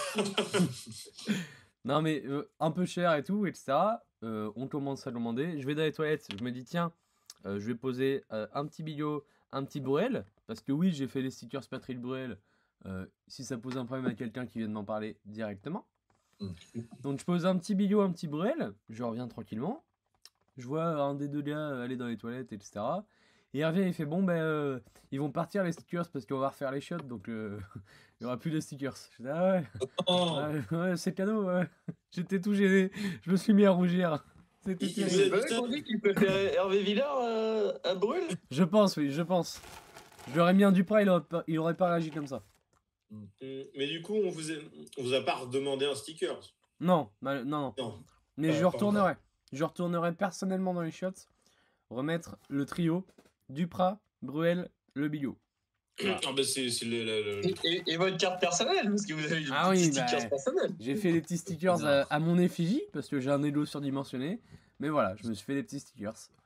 Non, mais euh, un peu cher et tout, et cetera. Euh, on commence à demander. Je vais dans les toilettes, je me dis, tiens, euh, je vais poser euh, un petit bigot, un petit Bruel. Parce que oui, j'ai fait les stickers Patrick Bruel. Euh, si ça pose un problème à quelqu'un qui vient de m'en parler directement. Donc je pose un petit bigot, un petit Bruel. Je reviens tranquillement. Je vois un des deux gars aller dans les toilettes, et cetera. Et il revient, il fait bon, ben, euh, ils vont partir les stickers parce qu'on va refaire les shots, donc euh, il n'y aura plus de stickers. Je dis, ah ouais, Oh. ouais, ouais, c'est cadeau, ouais. J'étais tout gêné, je me suis mis à rougir. C'était Il- terrible. C'est vrai qu'on dit qu'il préférait Hervé Villard euh, à Brûle. Je pense, oui, je pense. Je leur ai mis un Duprat, il aurait pas, il aurait pas réagi comme ça. Euh, Mais du coup, on vous, a, on vous a pas redemandé un sticker. Non, mal- non, non. Non. Mais Pas- je pas retournerai. Je retournerai personnellement dans les shots, remettre le trio Duprat, Bruel, le bigot. Ah ben c'est c'est le, le- le- Et, et- et votre carte personnelle, parce que vous avez des Ah petits oui, stickers bah, personnels. J'ai fait des petits stickers à, à mon effigie parce que j'ai un ego surdimensionné. Mais voilà, je me suis fait des petits stickers.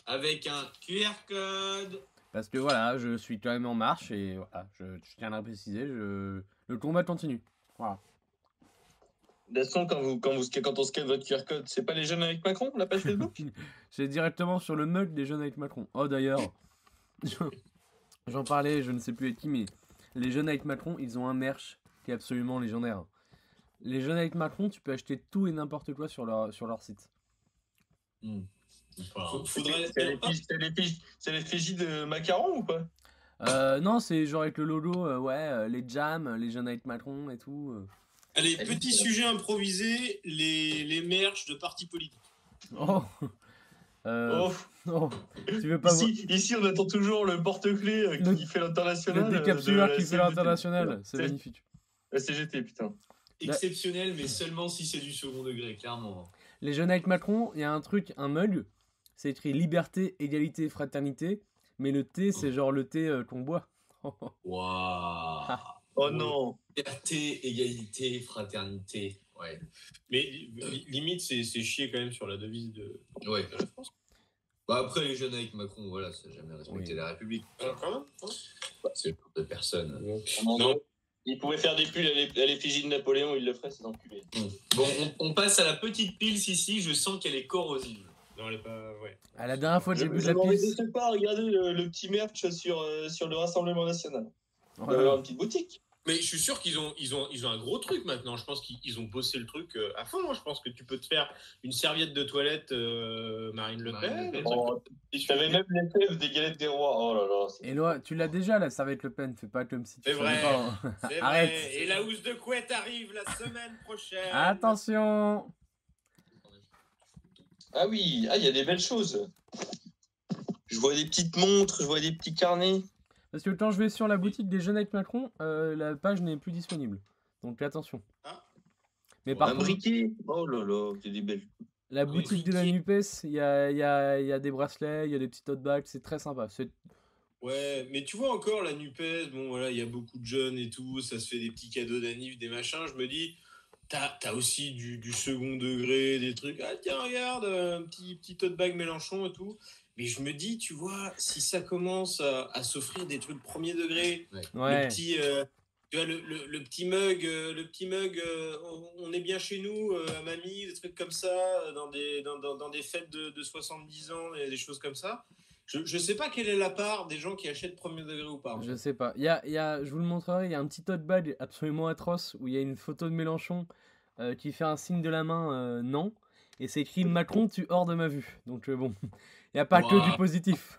avec un Q R code. Parce que voilà, je suis quand même en marche et voilà, je, je tiens à le préciser, je... le combat continue. Voilà. De toute façon, quand, vous, quand, vous, quand on scanne votre Q R code, c'est pas les jeunes avec Macron, la page Facebook? C'est directement sur le mug des jeunes avec Macron. Oh d'ailleurs, j'en parlais, je ne sais plus avec qui, mais les jeunes avec Macron, ils ont un merch qui est absolument légendaire. Les jeunes avec Macron, tu peux acheter tout et n'importe quoi sur leur, sur leur site. Hmm. Faut- Faudrait. C'est l'effigie de Macaron ou pas? Euh, non, c'est genre avec le logo, euh, ouais, euh, les jams, les jeunes avec Macron et tout. euh. Allez, petit sujet improvisé, les, les merch de partis politiques. Oh, euh, Oh. oh, tu veux pas voir Ici, ici, on attend toujours le porte-clés euh, qui Le- fait le l'international. décapsuleur euh, de qui la fait C G T. l'international, c'est C'est- magnifique. La C G T, putain. Exceptionnel, mais seulement si c'est du second degré, clairement. Les jeunes avec Macron, il y a un truc, un mug, c'est écrit liberté, égalité, fraternité, mais le thé, c'est genre le thé euh, qu'on boit. Waouh. Oh non. Liberté, égalité, fraternité. Ouais. Mais li- limite, c'est c'est chier quand même sur la devise de, Ouais. de la France. Bah après, les jeunes avec Macron, voilà, ça n'a jamais respecté Oui. la République. Ah, quand même, hein. Bah, c'est le genre de personne. Non. Il pouvait faire des pulls à l'é- à l'effigie de Napoléon, il le ferait, c'est enculé. Bon, on, on passe à la petite pile ici, je sens qu'elle est corrosive. Non, elle est pas. Ouais. À la dernière fois que Je, j'ai bu de je la m'en pisse. déçois pas à regarder le, le petit merch sur, euh, sur le Rassemblement National. Il doit y avoir une petite boutique. Mais je suis sûr qu'ils ont, ils ont, ils ont un gros truc maintenant. Je pense qu'ils ils ont bossé le truc euh, à fond. Moi, je pense que tu peux te faire une serviette de toilette euh, Marine Le Marine Pen. Le Pen. un truc Oh, comme- T'avais même les fèves des galettes des rois. Oh là là. c'est- Éloi, tu l'as déjà là, ça va être Le Pen, fais pas comme si tu C'est savais vrai. pas, hein. C'est Arrête. vrai. Et la housse de couette arrive la semaine prochaine. Attention. Ah oui, ah, il y a des belles choses. Je vois des petites montres, je vois des petits carnets. Parce que quand je vais sur la boutique des jeunes avec Macron, euh, la page n'est plus disponible. Donc attention. Ah. Mais par Un contre, briquet. Oh là là, c'est des belles. la Oui, boutique de la friqué. NUPES, il y a, il y, a, il y a des bracelets, il y a des petits tote bags, c'est très sympa. C'est- Ouais, mais tu vois encore la NUPES, bon voilà, il y a beaucoup de jeunes et tout, ça se fait des petits cadeaux d'anniv, des machins. Je me dis, t'as as aussi du, du second degré, des trucs. Ah tiens, regarde, un petit, petit tote bag Mélenchon et tout. Mais je me dis, tu vois, si ça commence à, à s'offrir des trucs premier degré, Ouais. le petit, euh, tu vois, le, le, le petit mug, euh, le petit mug, euh, on, on est bien chez nous, euh, à mamie, des trucs comme ça, euh, dans des, dans, dans, dans des fêtes de, de soixante-dix ans, et des choses comme ça. Je, je sais pas quelle est la part des gens qui achètent premier degré ou pas. en Je fait. sais pas. Il y a, il y a, je vous le montrerai, il y a un petit tote bag absolument atroce où il y a une photo de Mélenchon euh, qui fait un signe de la main euh, non. Et c'est écrit Macron, tu hors de ma vue. Donc euh, bon, il n'y a pas que Ouah. du positif.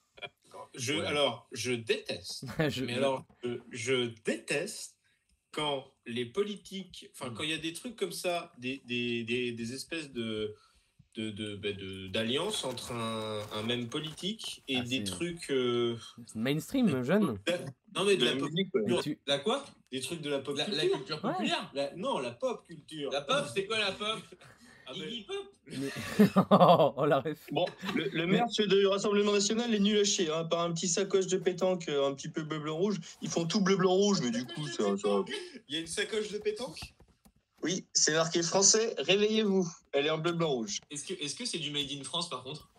Je, Ouais. Alors, je déteste. Je- Mais alors, je, je déteste quand les politiques, enfin, quand il y a des trucs comme ça, des, des, des, des espèces de de, de, bah, de- d'alliances entre un, un même politique et Ah, des c'est- trucs. euh, Mainstream, jeune. Non, mais de, De la, la pop musique, ouais. culture. Tu- La quoi Des trucs de la pop La, la culture. culture Ouais. populaire. La- non, la pop culture. La pop, c'est quoi la pop? Ah, mais- Iggy Pop. Mais- oh, oh, la ref. Bon, le, le merch du Rassemblement National est nul à chier. Hein, par un petit sacoche de pétanque, euh, un petit peu bleu-blanc-rouge. Ils font tout bleu-blanc-rouge, mais du coup, ça, ça... Il y a une sacoche de pétanque. Oui, c'est marqué français, réveillez-vous. Elle est en bleu-blanc-rouge. Est-ce que est-ce que c'est du made in France par contre?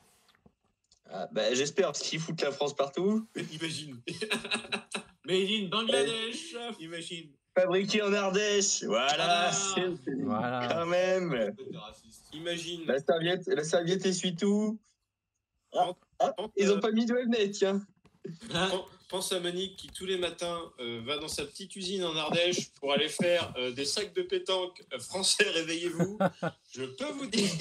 Ah, bah, j'espère, parce qu'ils foutent la France partout. Imagine. Made in Bangladesh. Imagine. Fabriqué en Ardèche. Voilà, Ah. c'est c'est- Voilà. quand même. T'es raciste. Imagine. La serviette, la serviette essuie tout. Ah, ah, ils ont pas mis de webnet, tiens. Hein? Pen- Pense à Monique qui tous les matins euh, va dans sa petite usine en Ardèche pour aller faire euh, des sacs de pétanque euh, français, réveillez-vous. Je peux vous dire,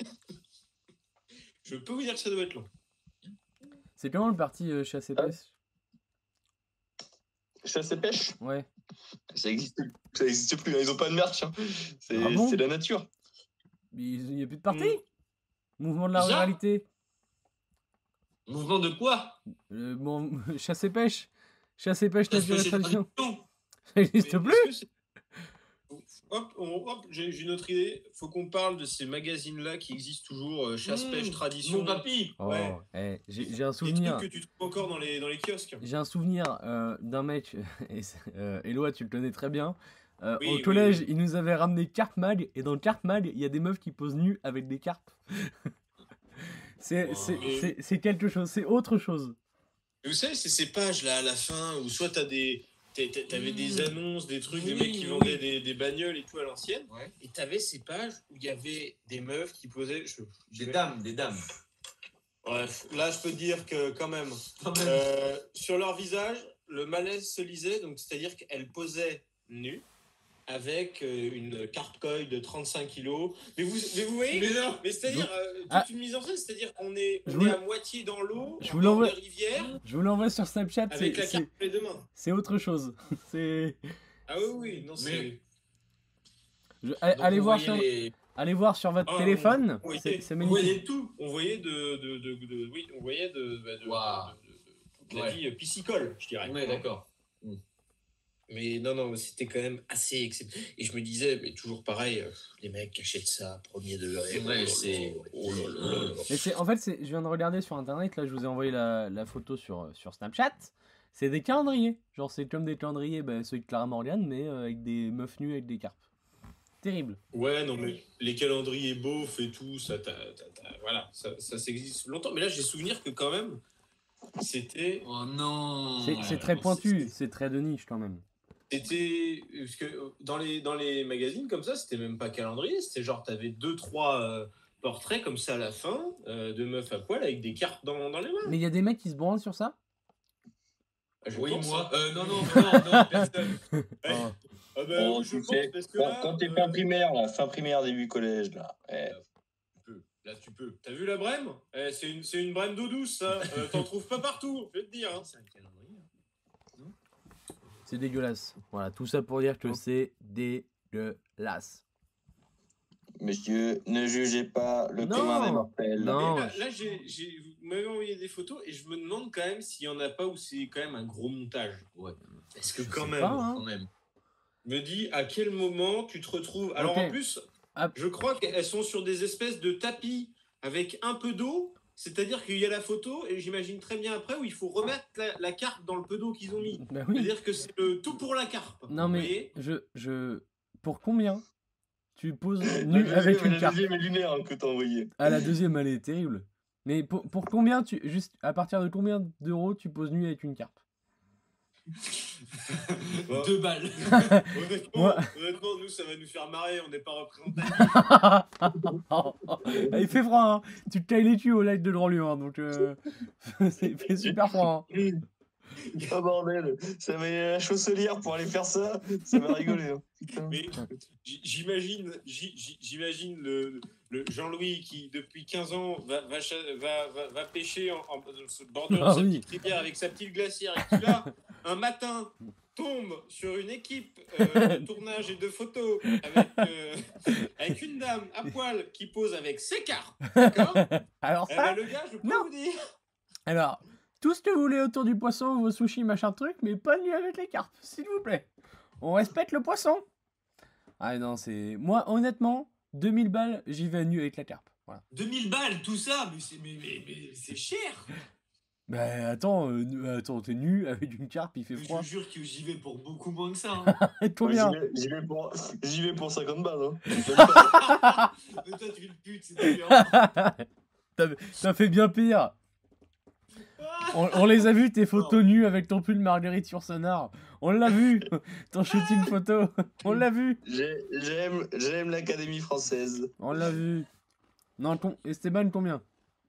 je peux vous dire que ça doit être long. C'est comment le parti euh, chasse et Ah. pêche? Chasse et pêche, Ouais. ça existe, ça existe plus. hein, Ils ont pas de merch. hein. C'est Ah bon c'est la nature. Mais il n'y a plus de parti. Mm. Mouvement de la Bizarre. ruralité. Mouvement de quoi? Euh, bon, chasse et pêche. Chasse et pêche, Ça se nature et fait chez tradition. Tradition. Ça n'existe Mais plus. est-ce que c'est- Hop, on- hop, j'ai j'ai une autre idée. Faut qu'on parle de ces magazines-là qui existent toujours, euh, chasse, Mmh, pêche, tradition. Mon papy. Oh, Ouais. eh, j'ai j'ai un Des souvenir. trucs que tu trouves encore dans les, dans les kiosques. J'ai un souvenir euh, d'un mec, et c'est- euh, Éloi, tu le connais très bien. Euh, Oui, au oui, collège, oui. il nous avait ramené Carpe Mag, et dans Carpe Mag, il y a des meufs qui posent nues avec des carpes. C'est Wow. c'est- Mais- c'est- c'est quelque chose, c'est autre chose. Vous savez, c'est ces pages-là à la fin où soit t'as des. t'as- t'as- T'avais Mmh. des annonces, des trucs, des Oui, mecs qui oui, vendaient oui. des, des bagnoles et tout à l'ancienne. Ouais. Et t'avais ces pages où il y avait des meufs qui posaient. Je, je Des vais- dames, des dames. Bref, là je peux te dire que quand même, Quand même. euh, sur leur visage, le malaise se lisait, donc c'est-à-dire qu'elles posaient nues avec euh, une carte coil de trente-cinq kilos. Mais vous, mais vous voyez, Mais non. mais c'est-à-dire euh, toute Ah. une mise en scène, c'est-à-dire qu'on est, Je on vous est le- à moitié dans l'eau, Je en vous bord de l'envoie- rivière, Je vous l'envoie sur Snapchat, avec c'est la carte c'est- pour les deux mains. c'est autre chose. C'est Ah oui, oui, non, c'est. Mais- je- allez, Donc, allez on voir voyait sur les- Allez voir sur votre Ah, téléphone, on- on c'est voyait- c'est on magnifique. voyait tout. On voyait de, de, de, de- oui, on voyait de, bah, de, Waouh. de- de- de- de la Ouais. vie euh, piscicole, je dirais. On est d'accord. Mais non, non, c'était quand même assez exceptionnel. Et je me disais, mais toujours pareil, euh, les mecs qui achètent ça, premier degré. Ouais, oh là là, c'est- oh là là là là. Et c'est en fait, c'est- je viens de regarder sur internet, là je vous ai envoyé la, la photo sur, sur Snapchat. C'est des calendriers. Genre, c'est comme des calendriers, bah, ceux de Clara Morgan, mais euh, avec des meufs nues avec des carpes. Terrible. Ouais, non, mais les calendriers beaufs et tout, ça, t'as- t'as- t'as- voilà, ça, ça s'existe longtemps. Mais là, j'ai souvenir que quand même, c'était. Oh non. C'est c'est très pointu, c'est très de niche quand même. C'était. Parce que euh, dans les, dans les magazines comme ça, c'était même pas calendrier, c'était genre, t'avais deux, trois euh, portraits comme ça à la fin, euh, de meufs à poil avec des cartes dans, dans les mains. Mais il y a des mecs qui se branlent sur ça. Je Oui, pense, moi. hein. Euh, non, non, non, non, personne. Ouais. Oh. Ah bah, Bon, oui, je tu pense, sais, parce que quand, là, quand t'es euh, fin primaire, là, fin primaire, début collège, là. eh, tu peux. Là, tu peux. T'as vu la brème eh, C'est une, c'est une brème d'eau douce, ça. Euh, T'en trouves pas partout, je vais te dire. Hein. C'est un calendrier. C'est dégueulasse. Voilà, tout ça pour dire que Oh. c'est dégueulasse. Monsieur, ne jugez pas le Non. commun des mortels. Non. Mais là, là, j'ai, j'ai- vous m'avez envoyé des photos et je me demande quand même s'il y en a pas où c'est quand même un gros montage. Ouais. Parce que Je quand sais même, pas, hein. Quand même. me dis à quel moment tu te retrouves. Alors Ok. en plus, Ah. je crois qu'elles sont sur des espèces de tapis avec un peu d'eau. C'est-à-dire qu'il y a la photo et j'imagine très bien après où il faut remettre la, la carte dans le peu d'eau qu'ils ont mis. Bah oui. C'est-à-dire que c'est le tout pour la carpe. Non Vous mais voyez je je pour combien tu poses La nu deuxième, avec une la carte? deuxième est lunaire hein, que t'as envoyé. Ah, la deuxième elle est terrible. Mais pour, pour combien tu juste à partir de combien d'euros tu poses nu avec une carpe? Bon. Deux balles. Honnêtement, Moi- honnêtement, nous, ça va nous faire marrer. On n'est pas représentés. Il fait froid, hein. Tu te tailles les tuyaux au light de Grand Lyon, hein, donc euh, c'est- il fait super froid. Hein. Oh bordel, ça met la chausselière pour aller faire ça, ça va rigoler. Hein. Putain. Mais j- j'imagine, j- j- j'imagine le, le Jean-Louis qui, depuis quinze ans, va, va, cha- va, va, va pêcher en, en se bordant Ah de sa oui. petite rivière avec sa petite glacière et qui là, un matin, tombe sur une équipe euh, de tournage et de photos avec, euh, avec une dame à poil qui pose avec ses cartes. D'accord Alors Eh ça, ben, le gars, je peux non. vous dire. alors, tout ce que vous voulez autour du poisson, vos sushis, machin truc, mais pas nu avec les carpes, s'il vous plaît. On respecte le poisson. Ah non, c'est... Moi, honnêtement, deux mille balles, j'y vais nu avec la carpe. Voilà. deux mille balles, tout ça, mais c'est, mais, mais, mais c'est cher. Bah attends, euh, nu- attends, t'es nu avec une carpe, il fait Je froid. te jure que j'y vais pour beaucoup moins que ça. Hein. Et Moi, combien? J'y vais, j'y vais pour, j'y vais pour cinquante balles. Hein. Mais toi, tu es le pute, c'est différent. T'as t'as fait bien pire. On, on les a vus, tes photos nues avec ton pull Marguerite sur Sonar. On l'a vu. Ton shooting photo. On l'a vu. J'ai- J'aime, j'aime l'Académie française. On l'a vu. Non, con... Esteban, combien?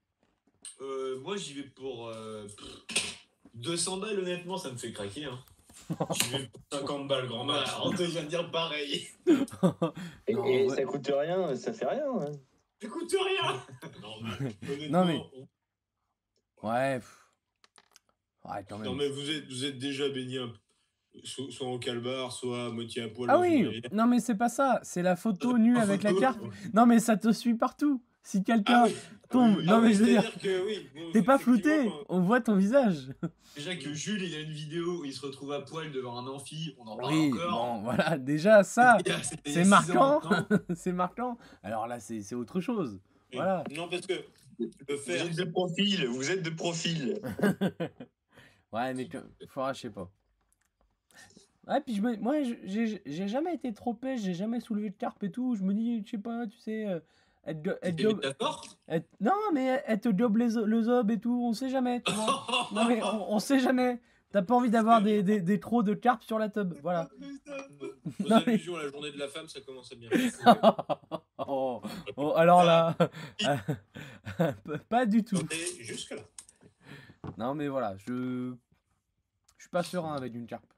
Euh, moi, j'y vais pour euh, pff, deux cents balles, honnêtement, ça me fait craquer. Hein. Je vais pour cinquante balles, grand max. Voilà, Antoine vient de dire pareil. Et, Non, et ouais. ça coûte rien, ça fait rien. Hein. Ça coûte rien. Non, mais, honnêtement, Non, mais- on- Ouais. pff. Ouais, quand même. non, mais vous êtes, vous êtes déjà baigné un peu. Soit, soit en calbar, soit à moitié à poil. Ah dans une oui. rivière. Non, mais c'est pas ça. C'est la photo nue En avec la photo. carpe. Non, mais ça te suit partout. Si quelqu'un Ah oui. tombe. Ah Non, mais oui, je veux dire. c'est-à-dire que oui. bon, T'es pas effectivement, flouté. euh, On voit ton visage. Déjà que Jules, il a une vidéo où il se retrouve à poil devant un amphi, on en parle Oui. encore. Bon, voilà. Déjà, ça. C'était il y a- c'était il y a C'est six marquant. ans maintenant. C'est marquant. Alors là, c'est c'est autre chose. oui. Voilà. Non, parce que le Vous faire. êtes de profil, vous êtes de profil. Ouais, mais que... faudra, je sais pas. Ouais, puis je me... moi, je- j'ai j'ai jamais été trop pêche, j'ai jamais soulevé de carpe et tout. Je me dis, je sais pas, tu sais, euh, Elle, te- elle, C'était te- métaphore. elle- non, mais elle, elle te dobe les, le zob et tout, on sait jamais, tu vois. Non, mais on, on sait jamais. T'as pas envie d'avoir des, des, des trous de carpe sur la tub, voilà. Vos Non, mais- allusions à la journée de la femme, ça commence à bien. oh, oh, alors là, pas du tout. J'en ai jusque-là. Non, mais voilà, je je suis pas serein avec une carpe.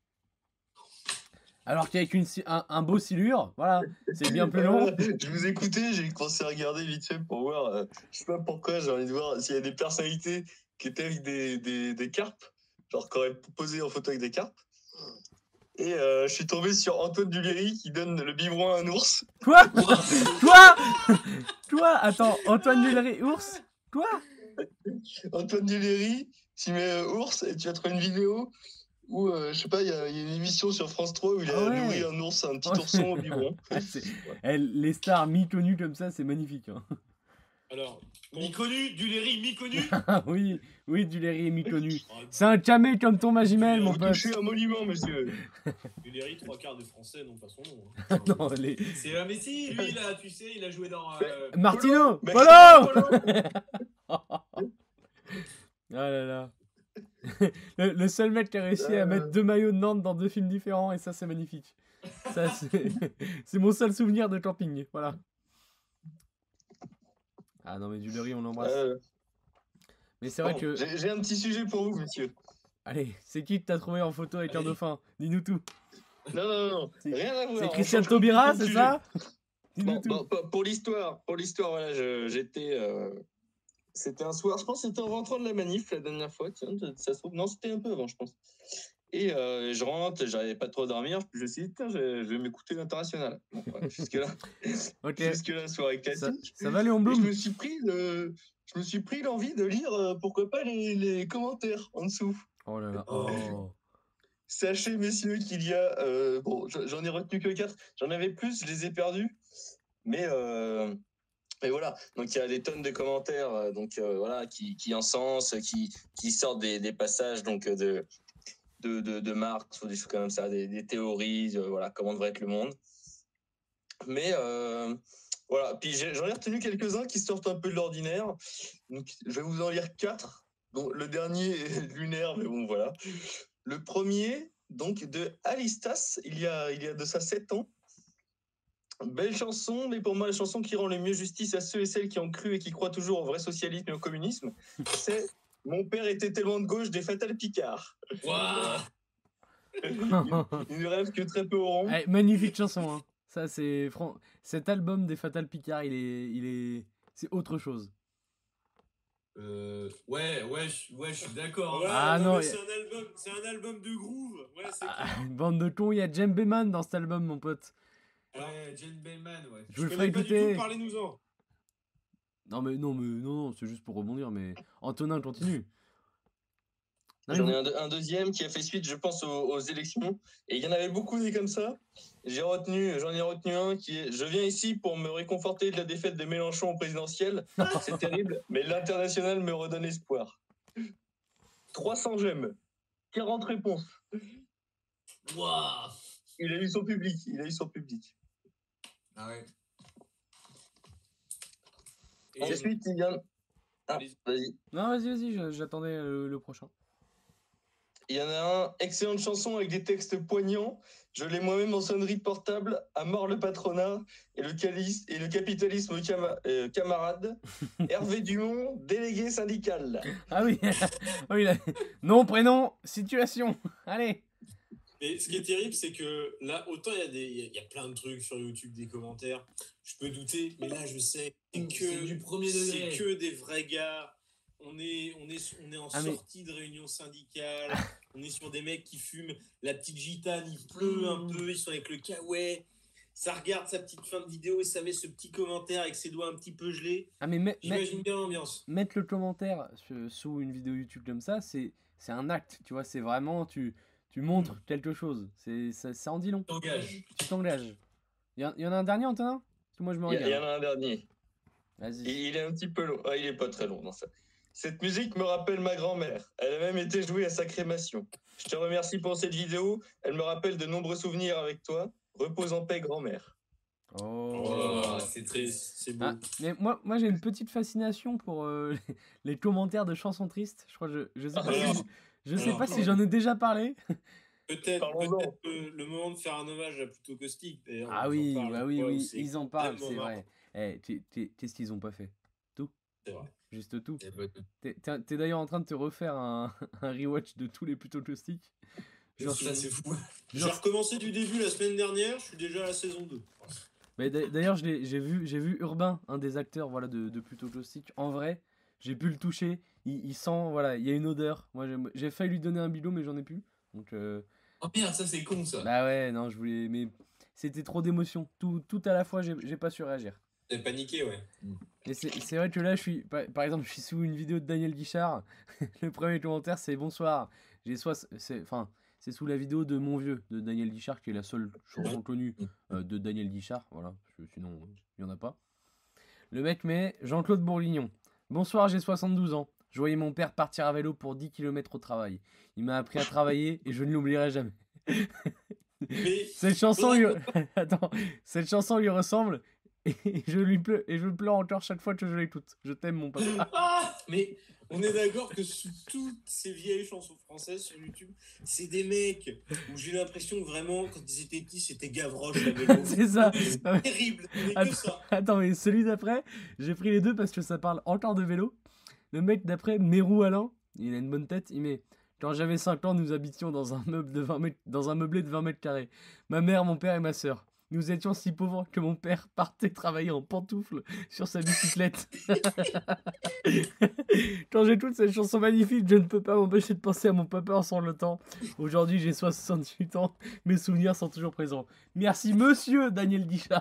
Alors qu'avec une, si- un, un beau silure, voilà, c'est bien plus long. Je vous écoutais, j'ai commencé à regarder vite fait pour voir. euh, je sais pas pourquoi, j'ai envie de voir s'il y a des personnalités qui étaient avec des, des, des carpes, genre qui auraient posé en photo avec des carpes. Et euh, je suis tombé sur Antoine Duléry qui donne le biberon à un ours. Quoi? Quoi? Quoi? Attends, Antoine Duléry, ours? Quoi? Antoine Duléry, tu mets euh, ours et tu vas trouver une vidéo où, euh, je sais pas, il y, a il y a une émission sur France trois où il a Ah ouais. nourri un ours, un petit Ouais. ourson au biberon. Ah, c'est- eh, les stars mi-connues comme ça, c'est magnifique. Hein. Alors, bon, Mi-connu, Duléry, mi-connu. Ah oui, oui, Duléry est mi-connu. ah, C'est un camé comme ton Magimel, mon Vous pote. touchez un monument, monsieur. Duléry, trois quarts des Français n'ont pas son nom. Hein. Non, les... C'est un Messi, lui, là, tu sais, il a joué dans. euh, Martino, Mais- Polo. Polo. Ah là là. Le, le seul mec qui a réussi à Euh. mettre deux maillots de Nantes dans deux films différents, et ça, c'est magnifique. Ça, c'est c'est mon seul souvenir de camping. Voilà. Ah non, mais Duléry, on l'embrasse. Euh, Mais c'est vrai bon, que. j'ai- J'ai un petit sujet pour vous, monsieur. Allez, c'est qui que t'as trouvé en photo avec un Allez. dauphin? Dis-nous tout. Non, non, non, C'est- rien à voir. C'est on Christian change Taubira, complètement de c'est sujet. ça? Dis-nous Bon, tout. bon, pour- pour l'histoire, pour l'histoire, voilà, je- j'étais. euh, C'était un soir, je pense que c'était en rentrant de la manif la dernière fois, tiens, ça se trouve. Non, c'était un peu avant, je pense. Et euh, je rentre, j'arrivais pas trop à dormir, je me suis dit, tiens, je, je vais m'écouter l'international. Bon, voilà, jusque-là, Ok. jusque-là, soirée Ça, classique. ça va, Léon Et je Blum? me suis pris le. Je me suis pris l'envie de lire, euh, pourquoi pas, les, les commentaires en dessous. Oh là là. Oh. Oh. Sachez, messieurs, qu'il y a. euh, bon, je- j'en ai retenu que quatre. J'en avais plus, je les ai perdus. Mais, euh, mais voilà. Donc, il y a des tonnes de commentaires euh, donc, euh, voilà, qui, qui encensent, qui, qui sortent des, des passages donc, euh, de, de, de, de Marx ou des choses comme ça, des, des théories, euh, voilà, comment devrait être le monde. Mais euh, voilà. Puis j'ai- j'en ai retenu quelques-uns qui sortent un peu de l'ordinaire. Donc, je vais vous en lire quatre. Bon, le dernier est lunaire, mais bon, voilà. Le premier, donc, de Alistas, il y a, il y a de ça sept ans. Belle chanson, mais pour moi, la chanson qui rend le mieux justice à ceux et celles qui ont cru et qui croient toujours au vrai socialisme et au communisme, c'est « Mon père était tellement de gauche des Fatal Picard Waouh. ». Il ne rêve que très peu auront. Eh, magnifique chanson, hein. Ça, c'est. fran- Cet album des Fatal Picard, il est. Il est... C'est autre chose. Euh, ouais, ouais, je ouais, je suis d'accord. Ouais, hein. Ah, non, mais y a- c'est un album, c'est un album de groove. Ouais, c'est Ah, clair. une bande de cons, il y a Jem Beman dans cet album, mon pote. Ouais, Jen Bayman, ouais. Je vous le Je ferai connais pas du écouter. tout, parlez-nous-en. Non, mais non, mais non, non, c'est juste pour rebondir, mais Antonin continue. Non, mais J'en ai vous- un, deux- un deuxième qui a fait suite, je pense, aux, aux élections. Et il y en avait beaucoup des comme ça. J'ai retenu, j'en ai retenu un qui est « Je viens ici pour me réconforter de la défaite de Mélenchon au présidentiel. C'est terrible, mais l'international me redonne espoir. » trois cents j'aime. quarante réponses. Waouh. Il a eu son public. Il a eu son public. Ah ouais. Et- Ensuite, il y en ah, Allez-y. vas-y. Non, vas-y, vas-y, je- j'attendais le, le prochain. Il y en a un, excellente chanson avec des textes poignants. Je l'ai moi-même en sonnerie de portable. À mort le patronat et le, calice, et le capitalisme cama- euh, camarade. Hervé Dumont, délégué syndical. Ah oui, ah oui là. Nom, prénom, situation. Allez. Et ce qui est terrible, c'est que là, autant il y a des, il y a- il y a plein de trucs sur YouTube, des commentaires. Je peux douter, mais là, je sais C'est que du premier c'est degré. que des vrais gars. On est, on est, on est en Ah, mais- sortie de réunion syndicale. On est sur des mecs qui fument la petite gitane. Il pleut un Mmh. peu. Ils sont avec le kawaii. Ça regarde sa petite fin de vidéo et ça met ce petit commentaire avec ses doigts un petit peu gelés. Ah, mais met- met- J'imagine bien l'ambiance. mettre le commentaire su- sous une vidéo YouTube comme ça, c'est c'est un acte, tu vois, c'est vraiment, tu, tu montres quelque chose. C'est ça, ça en dit long. T'engages. Tu t'engages. Il y, en- il y en a un dernier, Antonin? Parce que moi, je me Il y, a- il y en regarde. a un dernier. Vas-y. Il, il est un petit peu long. Ah, il est pas très long dans ça. Cette musique me rappelle ma grand-mère. Elle a même été jouée à sa crémation. Je te remercie pour cette vidéo. Elle me rappelle de nombreux souvenirs avec toi. Repose en paix, grand-mère. Oh. Oh, c'est triste. C'est beau. Ah, mais moi, moi j'ai une petite fascination pour euh, les commentaires de chansons tristes. Je crois, je, je sais pas Alors, si, je sais alors, pas si j'en ai déjà parlé. Peut-être Parlons-en. peut le, le moment de faire un hommage à Pluto Caustique. D'ailleurs, Ah ils en oui, parlent bah une oui, fois où oui, c'est ils en parlent, extrêmement c'est marrant. vrai. Eh, t'es- t'es- qu'est-ce qu'ils ont pas fait? Tout, C'est vrai. juste tout. Eh ben, T'es t'es- t'es d'ailleurs en train de te refaire un, un rewatch de tous les Pluto Caustiques. Genre, ça, c'est fou. J'ai genre- recommencé du début la semaine dernière, je suis déjà à la saison deux. mais d'a- d'ailleurs, je l'ai- j'ai vu, j'ai vu Urbain, un des acteurs voilà, de, de Pluto Caustique. En vrai, j'ai pu le toucher. Il, il sent, voilà, il y a une odeur. Moi, j'ai- j'ai failli lui donner un bidon, mais j'en ai plus. Donc, euh, Oh merde, ça c'est con ça. bah ouais, non, je voulais. Mais c'était trop d'émotions. Tout, tout à la fois, j'ai j'ai pas su réagir. T'es paniqué, ouais. Et c'est c'est vrai que là, je suis. Par, par exemple, je suis sous une vidéo de Daniel Guichard. Le premier commentaire, c'est bonsoir. J'ai soit. C'est enfin, c'est sous la vidéo de Mon Vieux de Daniel Guichard, qui est la seule chanson connue euh, de Daniel Guichard. Voilà, parce que sinon, euh, il y en a pas. Le mec met Jean-Claude Bourguignon. Bonsoir, j'ai soixante-douze ans. Je voyais mon père partir à vélo pour dix kilomètres au travail. Il m'a appris à travailler et je ne l'oublierai jamais. Mais Cette chanson, lui... faudrait Attends, cette chanson lui ressemble et je lui pleure et je pleure encore chaque fois que je l'écoute. Je t'aime mon papa. Ah, mais on est d'accord que sous toutes ces vieilles chansons françaises sur YouTube, c'est des mecs où j'ai l'impression que vraiment, quand ils étaient petits, c'était Gavroche la vélo. C'est ça. C'est terrible, on est que Attends, ça. attends, mais celui d'après, j'ai pris les deux parce que ça parle encore de vélo. Le mec d'après, Mérou Alain, il a une bonne tête, il met quand j'avais cinq ans, nous habitions dans un meuble de vingt mètres, dans un meublé de vingt mètres carrés. Ma mère, mon père et ma sœur. Nous étions si pauvres que mon père partait travailler en pantoufles sur sa bicyclette. Quand j'écoute cette chanson magnifique, je ne peux pas m'empêcher de penser à mon papa en sanglotant. Aujourd'hui, j'ai soixante-huit ans, mes souvenirs sont toujours présents. Merci monsieur Daniel Guichard.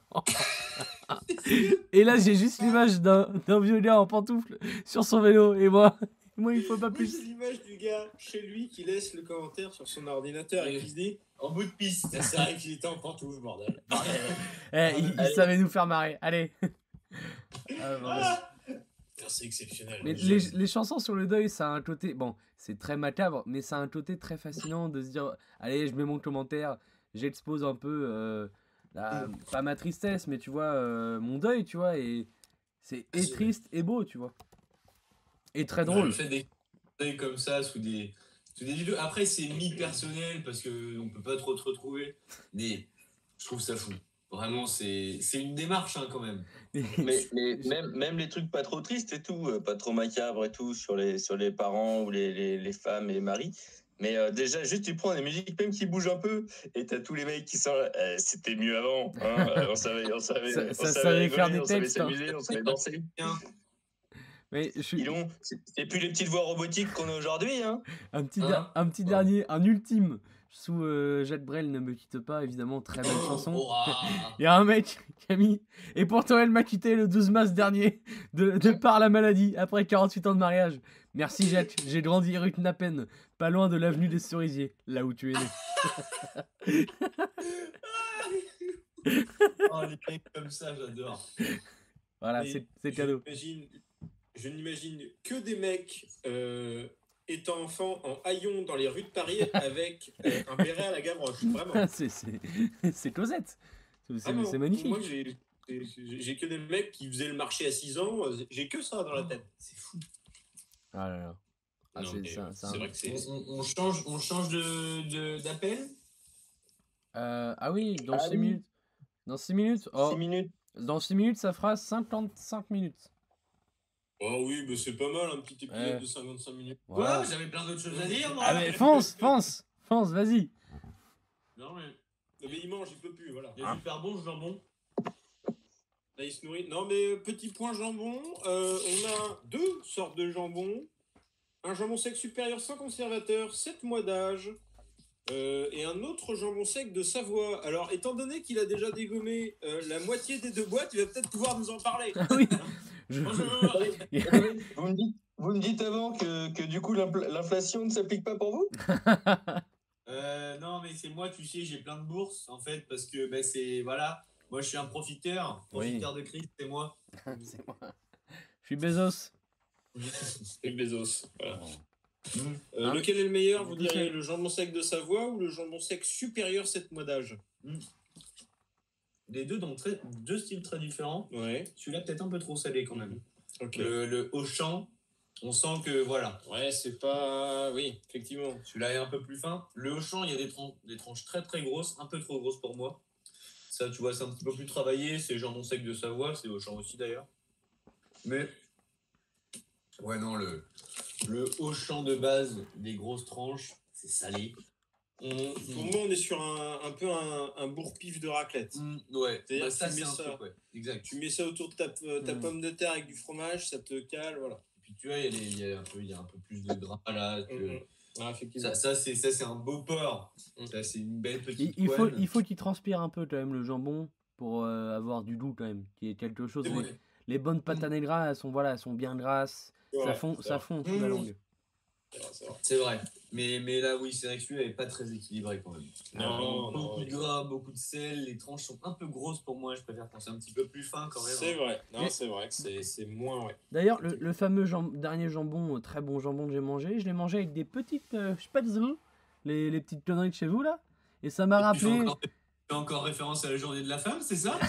Et là, j'ai juste l'image d'un d'un vieux gars en pantoufles sur son vélo. Et moi, moi il faut pas Moi, plus. j'ai l'image du gars chez lui qui laisse le commentaire sur son ordinateur et qui se dit En bout de piste. c'est vrai qu'il était en pantoufle, bordel. Eh, il, il savait nous faire marrer. Allez. Ah, bon, bah. Ah, c'est exceptionnel. Mais J'aime. les, les chansons sur le deuil, ça a un côté. Bon, c'est très macabre, mais ça a un côté très fascinant de se dire allez, je mets mon commentaire, j'expose un peu. Euh, la- pas ma tristesse, mais tu vois, euh, mon deuil, tu vois, et c'est et C'est- triste et beau, tu vois. Et très Bah, drôle. le fait des deuils comme ça sous des, sous des vidéos. Après, c'est mi-personnel parce qu'on peut pas trop te retrouver. Mais je trouve ça fou. Vraiment, c'est c'est une démarche hein, quand même. Mais, mais même, même les trucs pas trop tristes et tout, euh, pas trop macabres et tout, sur les, sur les parents ou les, les, les femmes et les maris. Mais euh, déjà, juste tu prends des musiques même qui bougent un peu et t'as tous les mecs qui sont là, euh, c'était mieux avant. Hein, euh, on savait, on savait, Ça- on ça savait savait rigoler, faire des on savait textes, hein. s'amuser, on savait danser. Mais je suis Ils ont, c'est c'est plus les petites voix robotiques qu'on a aujourd'hui. Hein. un petit, Hein der- un petit Ouais. dernier, un ultime sous euh, Jacques Brel ne me quitte pas, évidemment, très belle chanson. Oh, ah. Il y a un mec qui a mis et pourtant elle m'a quitté le douze mars dernier de, de par la maladie après quarante-huit ans de mariage. Merci Jacques, j'ai grandi rue Knappen, pas loin de l'avenue des Cerisiers, là où tu es né. Oh, les mecs comme ça, j'adore. Voilà, Mais c'est c'est je cadeau. n'imagine- Je n'imagine que des mecs euh, étant enfants en haillons dans les rues de Paris avec euh, un béret à la Gavroche. Vraiment. c'est c'est c'est Cosette. C'est Vraiment. c'est magnifique. Moi, j'ai j'ai- j'ai que des mecs qui faisaient le marché à six ans. J'ai que ça dans la tête. C'est fou. Ah là là. Ah, Non, c'est mais c'est un- c'est c'est un- vrai que c'est. On, on- on change, on change de de- d'appel. Euh, ah oui, dans Ah six oui. minutes. Dans six minutes. Oh, six minutes. dans six minutes, ça fera cinquante-cinq minutes. Oh oui, mais c'est pas mal un petit épisode Ouais. de cinquante-cinq minutes. Voilà. Quoi J'avais plein d'autres choses à dire, moi. Ah mais fonce, fonce, fonce, vas-y. Non, mais Non, mais il mange, il peut plus. Voilà. il y a super bon, ce jambon. Là, il se nourrit. Non, mais euh, petit point jambon. euh, on a deux sortes de jambon. Un jambon sec supérieur sans conservateur, sept mois d'âge. euh, et un autre jambon sec de Savoie. Alors, étant donné qu'il a déjà dégommé euh, la moitié des deux boîtes, il va peut-être pouvoir nous en parler. Ah oui. Je- Bonjour. Vous me dites, vous me dites avant que, que du coup l'infl- l'inflation ne s'applique pas pour vous. Euh, non, mais c'est moi, tu sais, j'ai plein de bourses, en fait, parce que bah, c'est. Voilà, moi je suis un profiteur. Profiteur de crise, c'est moi. C'est moi. Je suis Bezos. Et Bezos. Voilà. Euh, Hein lequel est le meilleur, vous Lequel diriez le jambon sec de Savoie ou le jambon sec supérieur sept mois d'âge? les deux dans très, deux styles très différents. Ouais. Celui-là, peut-être un peu trop salé quand même. Ok. Le, le Auchan, on sent que voilà. Ouais, c'est pas. Oui, effectivement. Celui-là est un peu plus fin. Le Auchan, il y a des, tran- des tranches très très grosses, un peu trop grosses pour moi. Ça, tu vois, c'est un petit peu plus travaillé. C'est jambon sec de Savoie, c'est Auchan aussi d'ailleurs. Mais. Ouais, non, le, le Auchan de base, des grosses tranches, c'est salé. On- Pour moi, on est sur un, un peu un, un bourre-pif de raclette. Mm, ouais, C'est-à-dire bah, que ça, tu c'est mets un ça- truc, ouais. Exact. Tu mets ça autour de ta, ta Mm. pomme de terre avec du fromage, ça te cale, voilà. Et puis tu vois, il y, a des- il y a un peu, il y a un peu plus de gras là. que- Mhm. Ah, effectivement. Ça, ça c'est ça, c'est un beau porc. Mm. Ça, c'est une belle petite Il, il faut, couenne. il faut qu'il transpire un peu quand même le jambon pour euh, avoir du goût quand même, qui est quelque chose. C'est Les, vrai. les bonnes pâtes à gras, elles sont voilà, elles sont bien grasses, Ouais, ça fond, c'est ça vrai. fond sous la Mmh. langue. C'est vrai, c'est vrai. C'est vrai. Mais, mais là, oui, c'est vrai que celui-là n'est pas très équilibré quand même. Non, beaucoup non, de gras, beaucoup de sel. Les tranches sont un peu grosses pour moi. Je préfère quand c'est un petit peu plus fin quand même. C'est vrai. Non, Mais- c'est vrai que c'est c'est moins, ouais. D'ailleurs, le, le fameux jam- dernier jambon, euh, très bon jambon que j'ai mangé, je l'ai mangé avec des petites euh, spätzle, les, les petites conneries de chez vous là, et ça m'a Tu fais rappelé. encore, tu fais encore référence à la journée de la femme, c'est ça?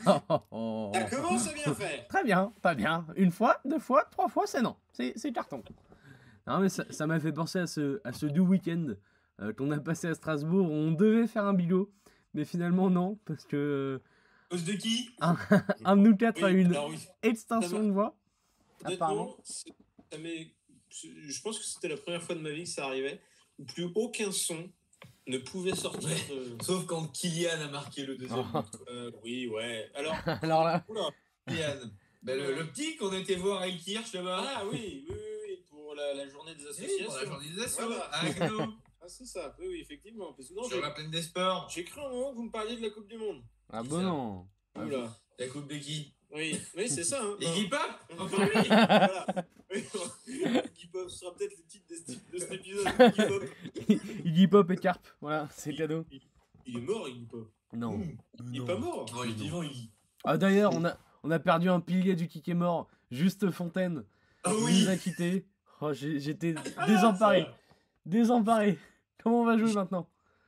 Oh. Ça commence à bien faire. Très bien, pas bien. Une fois, deux fois, trois fois, c'est non. C'est c'est carton. Non, mais ça ça m'a fait penser à ce, à ce doux week-end euh, qu'on a passé à Strasbourg. Où on devait faire un bigot, mais finalement non, parce que Cause de qui? un, un de nous quatre a Oui, eu une alors oui. extinction de voix. Apparemment. Honnêtement, c'est- ça m'est- c'est- je pense que c'était la première fois de ma vie que ça arrivait, où plus aucun son ne pouvait sortir de... Sauf quand Kylian a marqué le deuxième Oh. but. Euh, oui, ouais. Alors, Alors là, oula. Kylian. Ben, le, le petit qu'on était voir à Kirch là-bas. Ah oui, oui, oui, oui, pour la, la journée des Oui, associations. pour la journée des assos. Voilà. À Agno. Ah, c'est ça, oui, oui, effectivement. Parce que non, Sur j'ai- la plaine des sports. j'ai cru un moment que vous me parliez de la Coupe du Monde. ah Qui bon ça non. Ah, Oula. La coupe de qui? Oui, oui, c'est ça. Hein. Iggy Pop. Encore lui. Voilà. Oui, Iggy Pop sera peut-être le titre de cet- de cet épisode. Iggy Pop. Iggy Pop et Carp, voilà, c'est cadeau. Il, il est mort, Iggy Pop. Non. Il est pas mort. Non, il est vivant, Iggy. Ah d'ailleurs, on a, on a perdu un pilier du kick est mort, Juste Fontaine. Ah Il oui. nous a quittés. Oh, j'ai- j'étais désemparé. Désemparé. Comment on va jouer maintenant?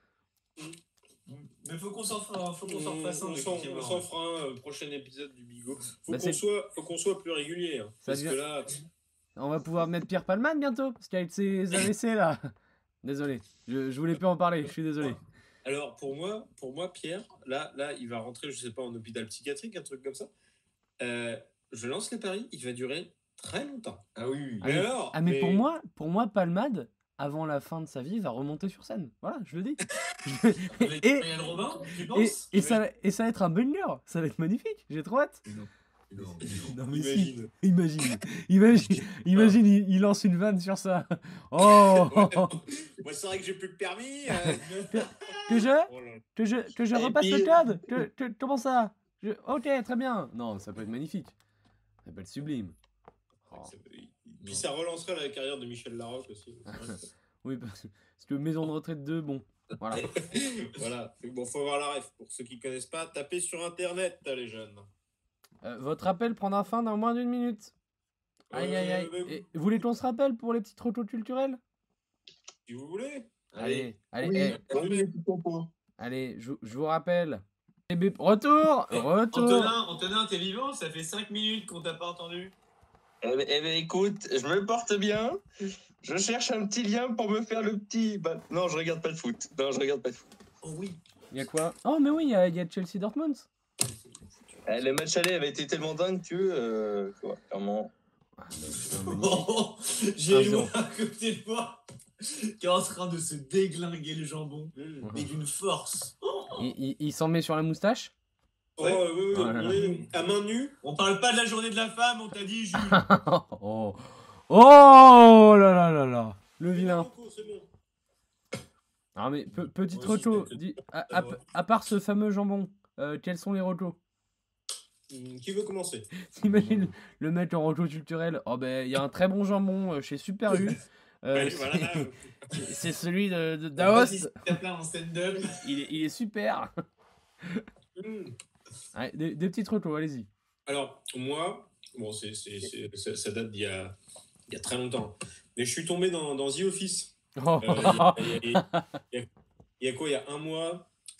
Mais faut qu'on s'en fasse, faut qu'on s'en On, fasse un. on de s'en qui est on mort. s'en fera un euh, prochain épisode du Bigot. Faut Bah, qu'on c'est- soit, faut qu'on soit plus régulier. hein, Ça parce devient- que là, On va pouvoir mettre Pierre Palman bientôt, parce qu'avec ses A V C là. Désolé, je, je voulais plus en parler, je suis désolé. alors pour moi, pour moi, Pierre, là, là, il va rentrer, je sais pas, en hôpital psychiatrique, un truc comme ça. Euh, je lance les paris, il va durer très longtemps. Ah oui, oui. Ah, Mais mais- alors, Ah mais pour moi, pour moi Palmade, avant la fin de sa vie, va remonter sur scène. Voilà, je le dis. Avec et, Ryan Robin, tu et, penses? et ça, et ça va être un banger, ça va être magnifique, j'ai trop hâte. Non. Non, Non mais si, imagine. imagine, imagine, imagine, il, il lance une vanne sur ça. Oh, Moi, c'est vrai que j'ai plus le permis. euh. que je, Oh là là. que je, que je Et repasse le puis- code. Que, que- comment ça? Je- Ok, très bien. Non, ça peut être magnifique. Ça peut être sublime. Oh. Ça- Puis ça relancerait la carrière de Michel Larocque aussi. C'est vrai que- Oui, parce que, parce que maison de retraite deux, bon, voilà. voilà. Fait que Bon, faut avoir la ref. Pour ceux qui connaissent pas, tapez sur internet, les jeunes. Euh, votre appel prendra fin dans moins d'une minute. Aïe aïe aïe. Euh, Et vous voulez qu'on se rappelle pour les petites rotos culturelles? Si vous voulez. Allez, allez, Oui, eh, oui, les petits compos. allez, je, je vous rappelle. Eh ben, retour, retour. Antonin, Antonin, t'es vivant? Ça fait cinq minutes qu'on t'a pas entendu. Eh ben, eh ben, écoute, je me porte bien. Je cherche un petit lien pour me faire le petit. Bah, non, je regarde pas le foot. Non, je regarde pas le foot. Oh oui. Il y a quoi? Oh mais oui, il y a, il y a Chelsea Dortmund. Eh, le match aller avait été tellement dingue que, euh, tu vois, clairement. Ah, mais putain, magnifique. Oh, un j'ai zéro. loin à côté de moi qui est en train de se déglinguer le jambon, mais d'une force. Il, il- il s'en met sur la moustache. Oh, Ouais. oui, oui, Oh là là. oui. À main nue. On parle pas de la journée de la femme, on t'a dit, Jules. oh. Oh là là là là. Le vilain. C'est bon. Ah mais pe- petite Moi aussi, roto, je dis- à, à- à part ce fameux jambon, euh, quels sont les rotos? Hum, Qui veut commencer? T'imagines le mec en roto culturel? Oh ben il y a un très bon jambon euh, chez Super U. Euh, Ouais, c'est- voilà. c'est- c'est celui de, de Daos. T'as en stand-up. Il est, il est super. Hum. Allez, des, des petites rotos, allez-y. Alors, moi, bon, c'est, c'est, c'est- ça, ça date d'il y a, il y a très longtemps. Mais je suis tombé dans, dans The Office. Oh. Euh, il, y a, il y a- il y a- il y a quoi? Il y a un mois, je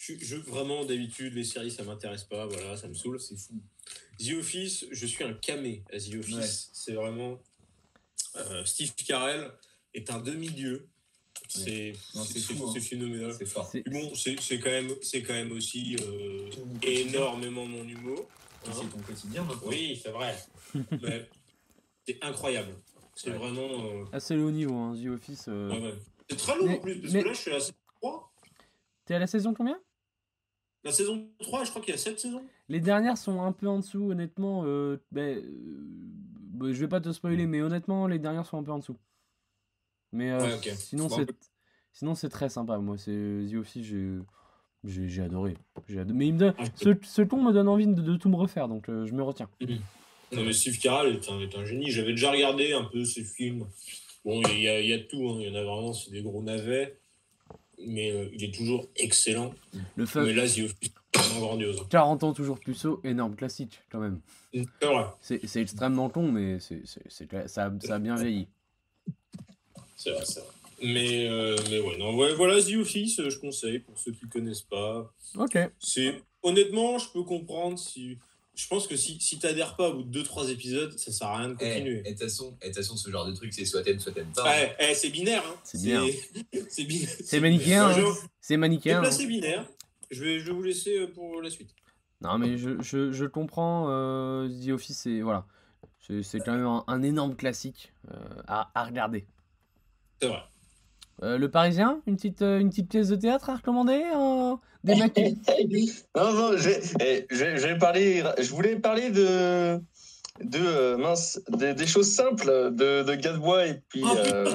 je, je, vraiment, d'habitude, les séries, ça m'intéresse pas. Voilà, ça me saoule, c'est fou. The Office, je suis un camé à The Office. Ouais. C'est vraiment... Euh, Steve Carell est un demi-dieu. C'est, ouais. non, c'est, c'est, fou, c'est, hein. c'est phénoménal. C'est fort. C'est... Bon, c'est, c'est, quand même, c'est quand même aussi euh, énormément mon humour. Hein. C'est ton quotidien maintenant. Oui, c'est vrai. Mais c'est incroyable. C'est ouais. vraiment... Euh... Ah, c'est le haut niveau, hein, The Office. Euh... Ouais, ouais. C'est très long mais, en plus, parce mais... que là, je suis à la saison trois. T'es à la saison combien ? La saison trois, je crois qu'il y a sept saisons. Les dernières sont un peu en dessous, honnêtement. Euh, ben, euh, ben, je vais pas te spoiler, mais honnêtement, les dernières sont un peu en dessous. Mais euh, ouais, okay. sinon, bon. c'est, sinon, c'est très sympa. Moi, c'est The Office, j'ai, j'ai, j'ai adoré. J'ai adoré. Mais il me donne, ah, ce, ce ton me donne envie de, de tout me refaire, donc euh, je me retiens. Mmh. Non, mais Steve Carell est un, est un génie. J'avais déjà regardé un peu ses films. Bon, il y, y, y a de tout. Hein. Il y en a vraiment, c'est des gros navets. Mais euh, il est toujours excellent. Le fun. Mais là, The Office, c'est vraiment grandiose. quarante ans toujours puceau, énorme classique quand même. C'est vrai. C'est, c'est extrêmement con, mais c'est, c'est, c'est, ça, ça a bien vieilli. C'est vrai, c'est vrai. Mais, euh, mais ouais, non, ouais, voilà, The Office, je conseille pour ceux qui ne connaissent pas. Ok. C'est, honnêtement, je peux comprendre si... Je pense que si, si t'adhères pas au bout de deux trois épisodes, ça sert à rien de continuer. Et de toute façon, façon, ce genre de truc, c'est soit t'aimes, soit t'aimes pas. Ouais, hein. C'est binaire. Hein. C'est binaire. C'est, c'est, binaire. c'est manichéen. Hein. C'est manichéen. Là, c'est binaire. Je vais, je vais vous laisser pour la suite. Non, mais je, je, je comprends. Euh, The Office, c'est, voilà. c'est, c'est quand même un, un énorme classique euh, à, à regarder. C'est vrai. Euh, le Parisien, une petite, euh, une petite pièce de théâtre à recommander euh, des mecs qui... Non, non, je, je, je, vais parler, je voulais parler de, de euh, mince, de, des choses simples de, de Gadebois et puis. Oh, euh...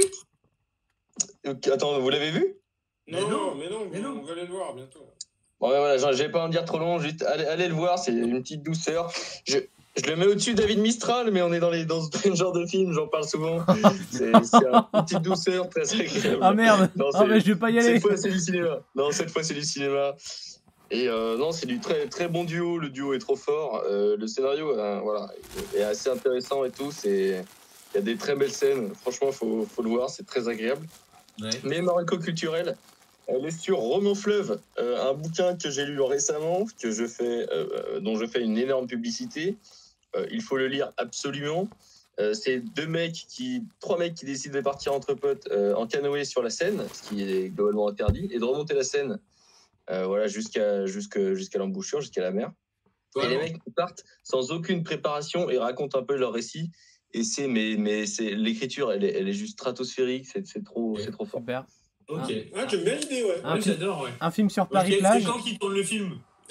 oh. Attends, vous l'avez vu ? Non, mais non, mais non, mais non, on va aller le voir bientôt. Bon, ouais, voilà, je vais pas en dire trop long, juste allez, allez le voir, c'est une petite douceur. Je, Je le mets au-dessus de David Mistral, mais on est dans, les, dans ce genre de film, j'en parle souvent. C'est, c'est une petite douceur très agréable. Ah merde, non, ah, mais je vais pas y aller. Cette fois, c'est du cinéma. Non, cette fois, c'est du cinéma. Et euh, non, c'est du très, très bon duo. Le duo est trop fort. Euh, le scénario euh, voilà, est assez intéressant et tout. C'est... Il y a des très belles scènes. Franchement, il faut, faut le voir, c'est très agréable. Ouais. Mais Marco Culturel, elle est sur Roman Fleuve, euh, un bouquin que j'ai lu récemment, que je fais, euh, dont je fais une énorme publicité. Euh, il faut le lire absolument. Euh, c'est deux mecs qui, trois mecs qui décident de partir entre potes euh, en canoë sur la Seine, ce qui est globalement interdit, et de remonter la Seine, euh, voilà, jusqu'à, jusqu'à, jusqu'à l'embouchure, jusqu'à la mer. Ouais, et les mecs partent sans aucune préparation et racontent un peu leur récit. Et c'est, mais, mais c'est l'écriture, elle est, elle est juste stratosphérique. C'est, c'est trop, c'est trop fort. Super. Ok. Ah, ah, j'aime bien l'idée, ouais. Un ouais, film, j'adore, ouais. Un film sur Paris-Plage. C'est quand qui tourne le film?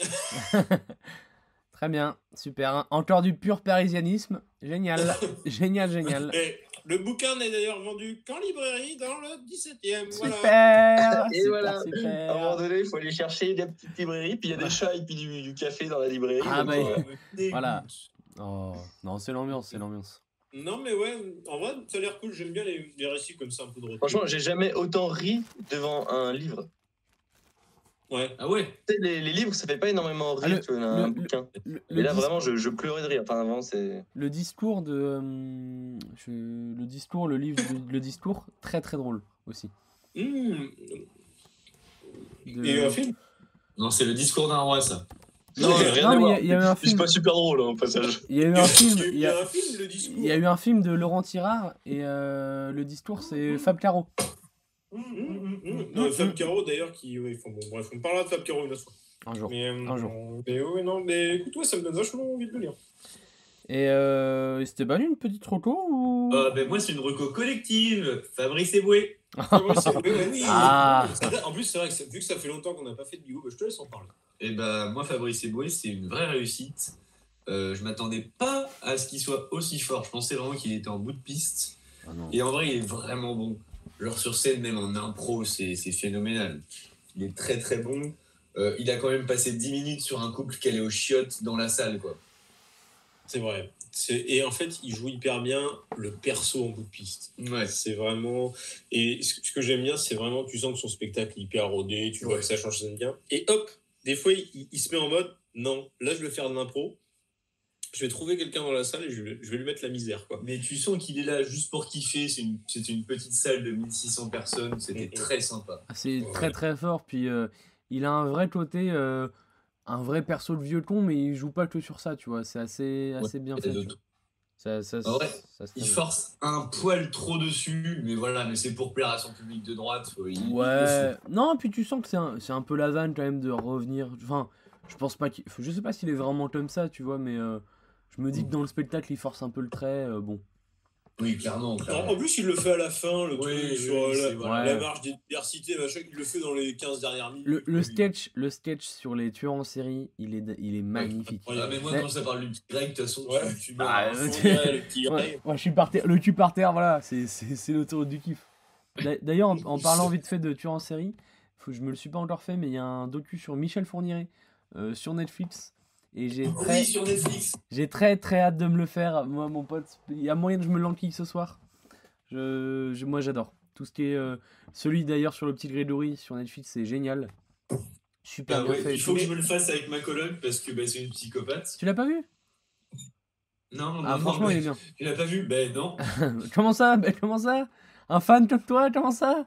Très bien, super. Encore du pur parisianisme. Génial, génial, génial. Et le bouquin est d'ailleurs vendu qu'en librairie dans le dix-septième. Super, voilà. Et super, voilà. super. À un moment donné, il faut aller chercher des petites librairies, puis il y a des chats et puis du, du café dans la librairie. Ah bah, euh... voilà. Oh, non, c'est l'ambiance, c'est l'ambiance. Non mais ouais, en vrai, ça a l'air cool. J'aime bien les, les récits comme ça, un peu de retour. Franchement, j'ai jamais autant ri devant un livre. Ouais. Ah ouais. Tu sais, les, les livres, ça fait pas énormément rire, ah, le, tu vois, un le, bouquin. Le, le, Et là, discours, vraiment, je, je pleurais de rire. Enfin, avant, c'est... Le discours de... Euh, je, le discours, le livre, le, le discours, très très drôle aussi. Mmh. De... Il y a eu un film ? Non, c'est le discours d'un roi, ça. Non, non, mais il y, y a eu un film. C'est pas super drôle, hein, au passage. Il y a eu un film. Il y a, un film, le discours. Il y a eu un film de Laurent Tirard et euh, le discours, c'est Fab Caro. Mmh, mmh, mmh. Non, Fab Caro, d'ailleurs, qui. Ouais, bon, bref, on parlera de Fab Caro une autre fois. Un jour. Mais, euh, un jour. Mais ouais, non, mais écoute, ouais, ça me donne vachement envie de le lire. Et euh, c'était pas une petite reco ou euh, ben moi, c'est une reco collective. Fabrice Eboué. Fabrice Eboué, ouais, oui. Ah. En plus, c'est vrai que vu que ça fait longtemps qu'on n'a pas fait de Bigo, bah, je te laisse en parler. Et ben, moi, Fabrice Eboué, c'est une vraie réussite. Euh, je m'attendais pas à ce qu'il soit aussi fort. Je pensais vraiment qu'il était en bout de piste. Ah non. Et en vrai, il est vraiment bon. Genre sur scène, même en impro, c'est, c'est phénoménal. Il est très très bon. Euh, il a quand même passé dix minutes sur un couple qui allait aux chiottes dans la salle, quoi. C'est vrai. C'est... Et en fait, il joue hyper bien le perso en bout de piste. Ouais. C'est vraiment... Et ce que j'aime bien, c'est vraiment, tu sens que son spectacle est hyper rodé, tu vois ouais. que ça change, ça bien. Et hop, des fois, il, il se met en mode, non, là, je vais faire de l'impro. Je vais trouver quelqu'un dans la salle et je vais, je vais lui mettre la misère, quoi. Mais tu sens qu'il est là juste pour kiffer. C'est une, c'est une petite salle de mille six cents personnes. C'était mmh. très sympa. C'est ouais. très très fort. Puis euh, il a un vrai côté, euh, un vrai perso de vieux con, mais il joue pas que sur ça, tu vois. C'est assez, assez bien fait. Tu vois. Ça, ça, Ah ouais, ça se fait il bien. force un poil trop dessus, mais voilà, mais c'est pour plaire à son public de droite. faut- il- il le Ouais. faut. Non, puis tu sens que c'est un, c'est un peu la vanne quand même de revenir. Enfin, je pense pas qu'il. Je sais pas s'il est vraiment comme ça, tu vois, mais euh, je me dis que dans le spectacle, il force un peu le trait. euh, bon. Oui, clairement. En, clairement. en plus, il le fait à la fin, le Oui, truc oui, sur oui, euh, c'est- la, voilà. la Ouais. marche des diversités, machin, il le fait dans les quinze dernières minutes. Le, le Oui. sketch, le sketch sur les tueurs en série, il est, il est magnifique. Ah, mais moi, Mais- quand ça parle du petit Greg, de toute façon, Ouais. tu, tu meurs. Ah, hein. euh, On dirait le petit Ouais, Greg. ouais, je suis par terre, le cul par terre, voilà, c'est, c'est, c'est l'autoroute du kiff. D'a- D'ailleurs, en, en parlant vite fait de tueurs en série, faut, je me le suis pas encore fait, mais il y a un docu sur Michel Fourniret euh, sur Netflix. Et j'ai très, Oui, sur Netflix. j'ai très très hâte de me le faire. Moi, mon pote, il y a moyen que je me l'enquille ce soir. Je, je- moi, j'adore. Tout ce qui est. euh, celui d'ailleurs sur le petit Grégory sur Netflix, c'est génial. Super Bah bien ouais, fait. et il faut tout. que je me le fasse avec ma coloc parce que bah, c'est une psychopathe. Tu l'as pas vu? Non, non, Ah, non, franchement, mais il est bien. tu l'as pas vu? Ben non. Comment ça? Ben, comment ça? Un fan comme toi? Comment ça?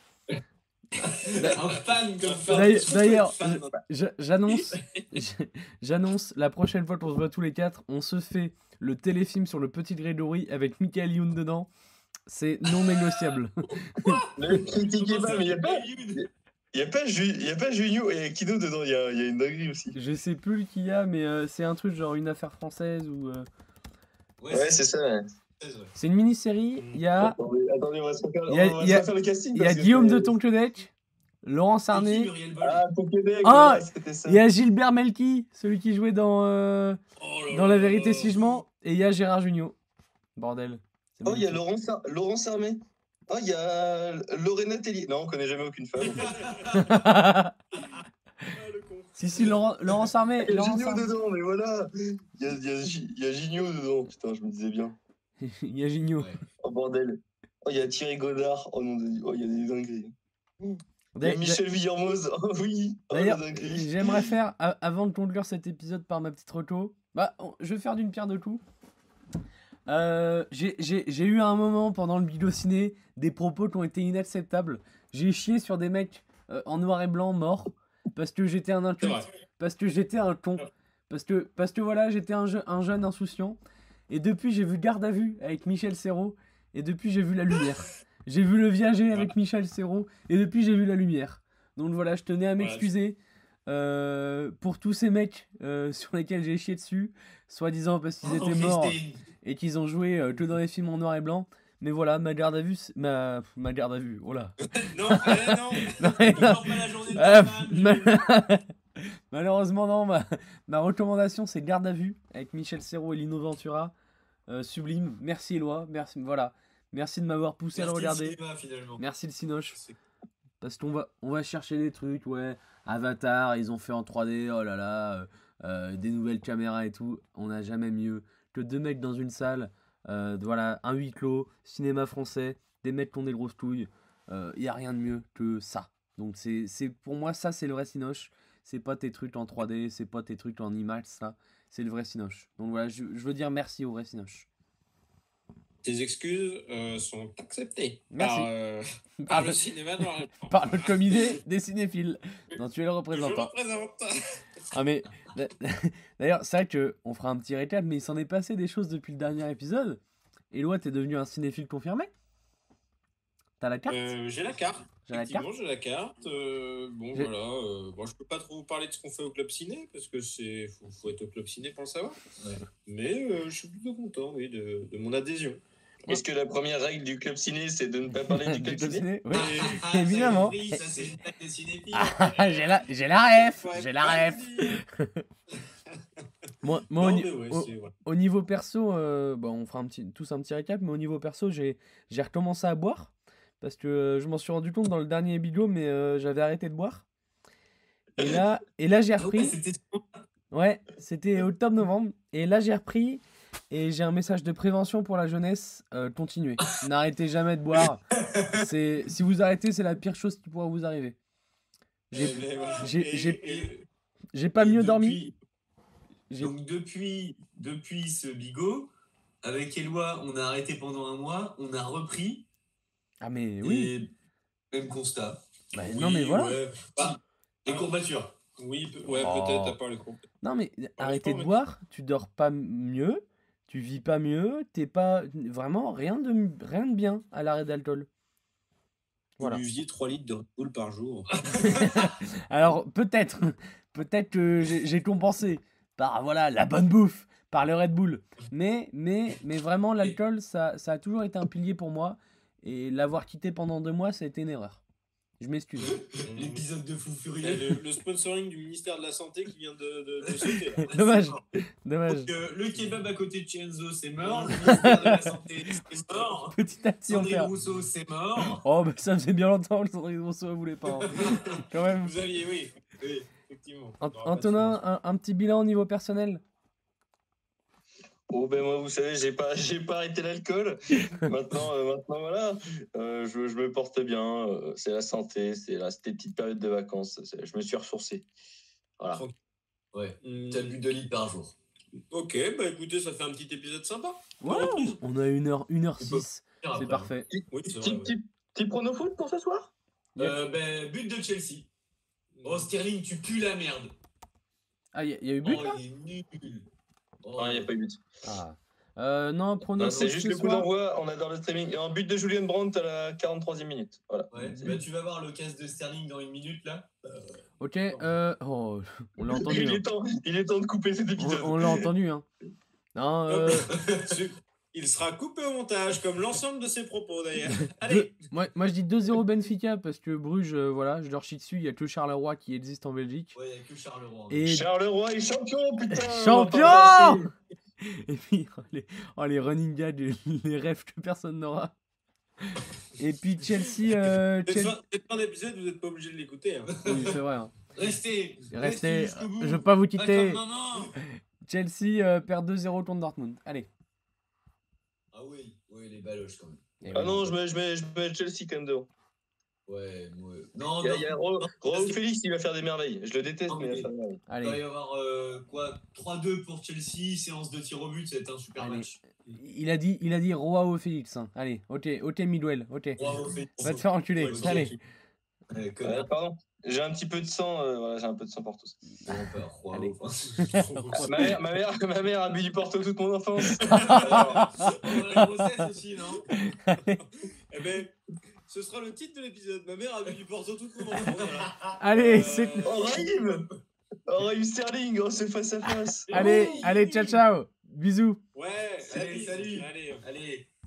Un fan comme ça. D'ailleurs- Est-ce qu'on peut D'ailleurs, être fan je- j'annonce, j'annonce la prochaine fois qu'on se voit tous les quatre, on se fait le téléfilm sur le petit Grégory avec Michael Youn dedans. C'est non négociable. Ne critiquez pas, mais il n'y a pas. Youn. Il n'y a pas, Ju- y a pas Junio et Kido dedans, il y a, y a une dinguerie aussi. Je sais plus qui y a, mais euh, c'est un truc genre une affaire française ou. euh, Ouais, c'est ça. Ouais. c'est vrai. C'est une mini-série. Il y a, Attendez, attendez, on va se refaire, Il y a- on va il y a- se refaire le casting. il y a parce que Guillaume c'est- de Tonquedec, Laurent C'est qui, Sarné, Muriel Boll Ah, ton Québec, Ah, voilà, c'était ça. il y a Gilbert Melki, celui qui jouait dans, euh, Oh là dans là La Vérité là. si je mens, et il y a Gérard Jugnot. Bordel. C'est Oh, il y a magnifique. Laurent, Sar- Laurent Sarmé. Oh, il y a Lorena Tellier. Non, on connaît jamais aucune femme. Ah, le con. Si, si, Laurent, Laurent Sarmé. Il y a Laurent Gignot Sarmé. dedans, mais voilà. Il y a, il y a, Gi- il y a Gignot dedans, putain, je me disais bien. Il y a Jugnot. Ouais. Oh, bordel. Oh, il y a Thierry Godard. Oh, non, de Dieu. Oh, il y a des dingueries. Il y a D'a- Michel Villermoz. Oh, oui. Oh, la D'ailleurs, dinguerie. j'aimerais faire, a- avant de conclure cet épisode par ma petite reco, bah, on- je vais faire d'une pierre deux coups. Euh, j'ai- J'ai j'ai eu à un moment pendant le Bigo Ciné des propos qui ont été inacceptables. J'ai chié sur des mecs euh, en noir et blanc morts parce que j'étais un C'est inculte, vrai. parce que j'étais un con, parce que, parce que voilà, j'étais un, je- un jeune insouciant. Et depuis, j'ai vu Garde à vue avec Michel Serrault, et depuis, j'ai vu La Lumière. J'ai vu Le Viager avec Michel Serrault, et depuis, j'ai vu La Lumière. Donc voilà, je tenais à Voilà. m'excuser euh, pour tous ces mecs euh, sur lesquels j'ai chié dessus, soi-disant parce qu'ils Oh, étaient morts Christine. et qu'ils ont joué euh, que dans les films en noir et blanc. Mais voilà, ma garde à vue, c'est- ma, ma garde à vue, oh là. Non, eh, non. Non, mais On non. sort pas la journée de Euh, la femme, ma- Malheureusement, non. Ma, ma recommandation, c'est Garde à vue avec Michel Serrault et Lino Ventura. Euh, sublime. Merci Eloi. Merci, voilà. Merci de m'avoir poussé à le Merci le regarder. cinéma, finalement. Merci le Cinoche. C'est- Parce qu'on va, on va chercher des trucs, ouais. Avatar, ils ont fait en trois D, oh là là. euh, euh, des nouvelles caméras et tout. On n'a jamais mieux que deux mecs dans une salle. euh, voilà, un huis clos, cinéma français, des mecs qui ont des grosses couilles. Il n'y a rien de mieux que ça. Donc c'est, c'est pour moi, ça c'est le vrai Cinoche. C'est pas tes trucs en trois D, c'est pas tes trucs en IMAX, ça. C'est le vrai Cinoche. Donc voilà, je, je veux dire merci au vrai Cinoche. Tes excuses euh, sont acceptées Merci. par, euh, Par par le, le cinéma noir et blanc. par le comité des cinéphiles dont tu es le Je représentant. représente. Ah mais d'ailleurs c'est vrai que on fera un petit récap, mais il s'en est passé des choses depuis le dernier épisode. Eloi, t'es devenu un cinéphile confirmé? T'as la carte? Euh, j'ai la carte. J'ai la Effectivement, carte. j'ai la carte. Euh, bon, J'ai- voilà. Euh, bon, je peux pas trop vous parler de ce qu'on fait au Club Ciné parce que c'est faut, faut être au Club Ciné pour le savoir. Ouais. Mais euh, je suis plutôt content, oui, de, de mon adhésion. Est-ce que la première règle du club ciné, c'est de ne pas parler du Du club Club ciné Ciné, oui. Ah, ça, Évidemment. j'ai compris, ça, c'est une blague des cinéphiles. Ah, j'ai la, j'ai la ref, Ouais, j'ai la pas ref. dit. Moi, moi, au, Non, ni- mais ouais, au- c'est- voilà. au niveau perso, euh, bon, on fera un petit, tous un petit récap, mais au niveau perso, j'ai, j'ai recommencé à boire parce que euh, je m'en suis rendu compte dans le dernier bigot, mais euh, j'avais arrêté de boire. Et là, et là j'ai Ah ouais, repris. c'était Ouais, c'était octobre-novembre. Et là, j'ai repris. Et j'ai un message de prévention pour la jeunesse. euh, continuez. N'arrêtez jamais de boire. C'est, si vous arrêtez, c'est la pire chose qui pourra vous arriver. J'ai, Eh ben, voilà. j'ai- Et- j'ai- et- j'ai pas Et mieux depuis- dormi. J'ai- Donc depuis, depuis ce bigot, avec Eloi, on a arrêté pendant un mois, on a repris. Ah, mais oui. Et même constat. Bah, Oui, non, mais voilà. ouais. Bah, Les courbatures. Oui, pe- ouais, Oh. peut-être à part les cours. Non, mais arrêtez de mec. boire, tu dors pas mieux, tu vis pas mieux, t'es pas. Vraiment, rien de, rien de bien à l'arrêt d'alcool. Voilà. Vous buviez trois litres de Red Bull par jour. Alors, peut-être, peut-être que j'ai j'ai compensé par voilà, la bonne bouffe, par le Red Bull. Mais, mais, mais vraiment, l'alcool, ça, ça a toujours été un pilier pour moi. Et l'avoir quitté pendant deux mois, ça a été une erreur. Je m'excuse. L'épisode de Fou Et Furieux. le, le sponsoring du ministère de la Santé qui vient de, de, de sauter. là. Dommage, dommage. Donc, euh, le kebab à côté de Chienzo, c'est mort. Le ministère de la Santé, c'est mort. Petit à petit, on Sandrine perd. Rousseau, c'est mort. Oh, bah ça faisait bien longtemps que Sandrine Rousseau ne voulait pas. hein. Quand même. Vous aviez, oui. Oui, effectivement. Ant- Il y aura pas de Antonin, un, un petit bilan au niveau personnel. Oh ben moi vous savez j'ai pas j'ai pas arrêté l'alcool. Maintenant euh, maintenant voilà euh, je, je me porte bien. euh, c'est la santé, c'est la c'était petite période de vacances. c'est- Je me suis ressourcé. Voilà. Ouais, Hmm. t'as bu deux litres par jour. Ok, bah écoutez, ça fait un petit épisode sympa. Ouais, on a une heure, une heure six. C'est Après. parfait. Oui, c'est vrai. Petit, ouais. petit, petit prono foot pour ce soir. Euh, ben, but de Chelsea. Oh, Sterling, tu pues la merde. Ah, il y, a- y a eu but Oh, là il est nul. Oh, Non il n'y a pas eu but. Ah. Euh, non, prono Non, c'est foot juste ce le coup soir. d'envoi. On adore le streaming. Et un but de Julian Brandt à la quarante-troisième minute. Voilà. Ouais, C'est- bah, tu vas voir le casse de Sterling dans une minute là. Ok, euh... oh, on l'a entendu. il, hein. est temps, il est temps de couper cet On, épisode. on l'a entendu. Hein. Non, euh, Il sera coupé au montage, comme l'ensemble de ses propos d'ailleurs. Allez, moi, moi je dis deux zéro Benfica parce que Bruges, euh, voilà, je leur chie dessus. Il n'y a que Charleroi qui existe en Belgique. Ouais, il n'y a que Charleroi. Et, Charleroi est champion, putain. Champion on va pas passer. et puis, oh, les, oh, les running gags, les, les rêves que personne n'aura. Et puis Chelsea. Euh, cette Chelsea... fin, cette fin d'épisode, vous n'êtes pas obligé de l'écouter. Hein. Oui, c'est vrai. Hein. Restez. Restez, jusqu'au bout. je veux pas vous Pas quitter. comme maman. Chelsea euh, perd deux zéro contre Dortmund. Allez. Ah oui, oui, les baloches quand même. Et Ah oui. non, je mets, je mets, je mets Chelsea quand même devant. Ouais, ouais. Non, Il y a, non. il y a Ro- Roao parce que- Félix, il va faire des merveilles. Je le déteste, Non, mais il va mais- faire des merveilles. Il va Allez. y avoir euh, quoi trois deux pour Chelsea, séance de tir au but, c'est un super Allez. match. Il a dit, il a dit Roao Félix. hein. Allez, ok, ok Midwell, ok. Bravo, Félix. Va te faire enculer. Ouais, Allez. Ouais, Euh, connard. pardon, j'ai un petit peu de sang. euh, voilà, j'ai un peu de sang pour tous. Bon, bah, Roao, Allez. enfin. ma, mère, ma, mère, ma mère a bu du Porto toute mon enfance. On a la grossesse aussi, non Eh ben, ce sera le titre de l'épisode. Ma mère a vu du Porto toute mon enfance. Voilà. Allez, Euh, c'est. Oh, Raïm Oh, Raïm Sterling, oh, c'est face à face. Allez, Oui. allez, ciao, ciao. Bisous. Ouais, Salut, allez, salut. Allez. Allez.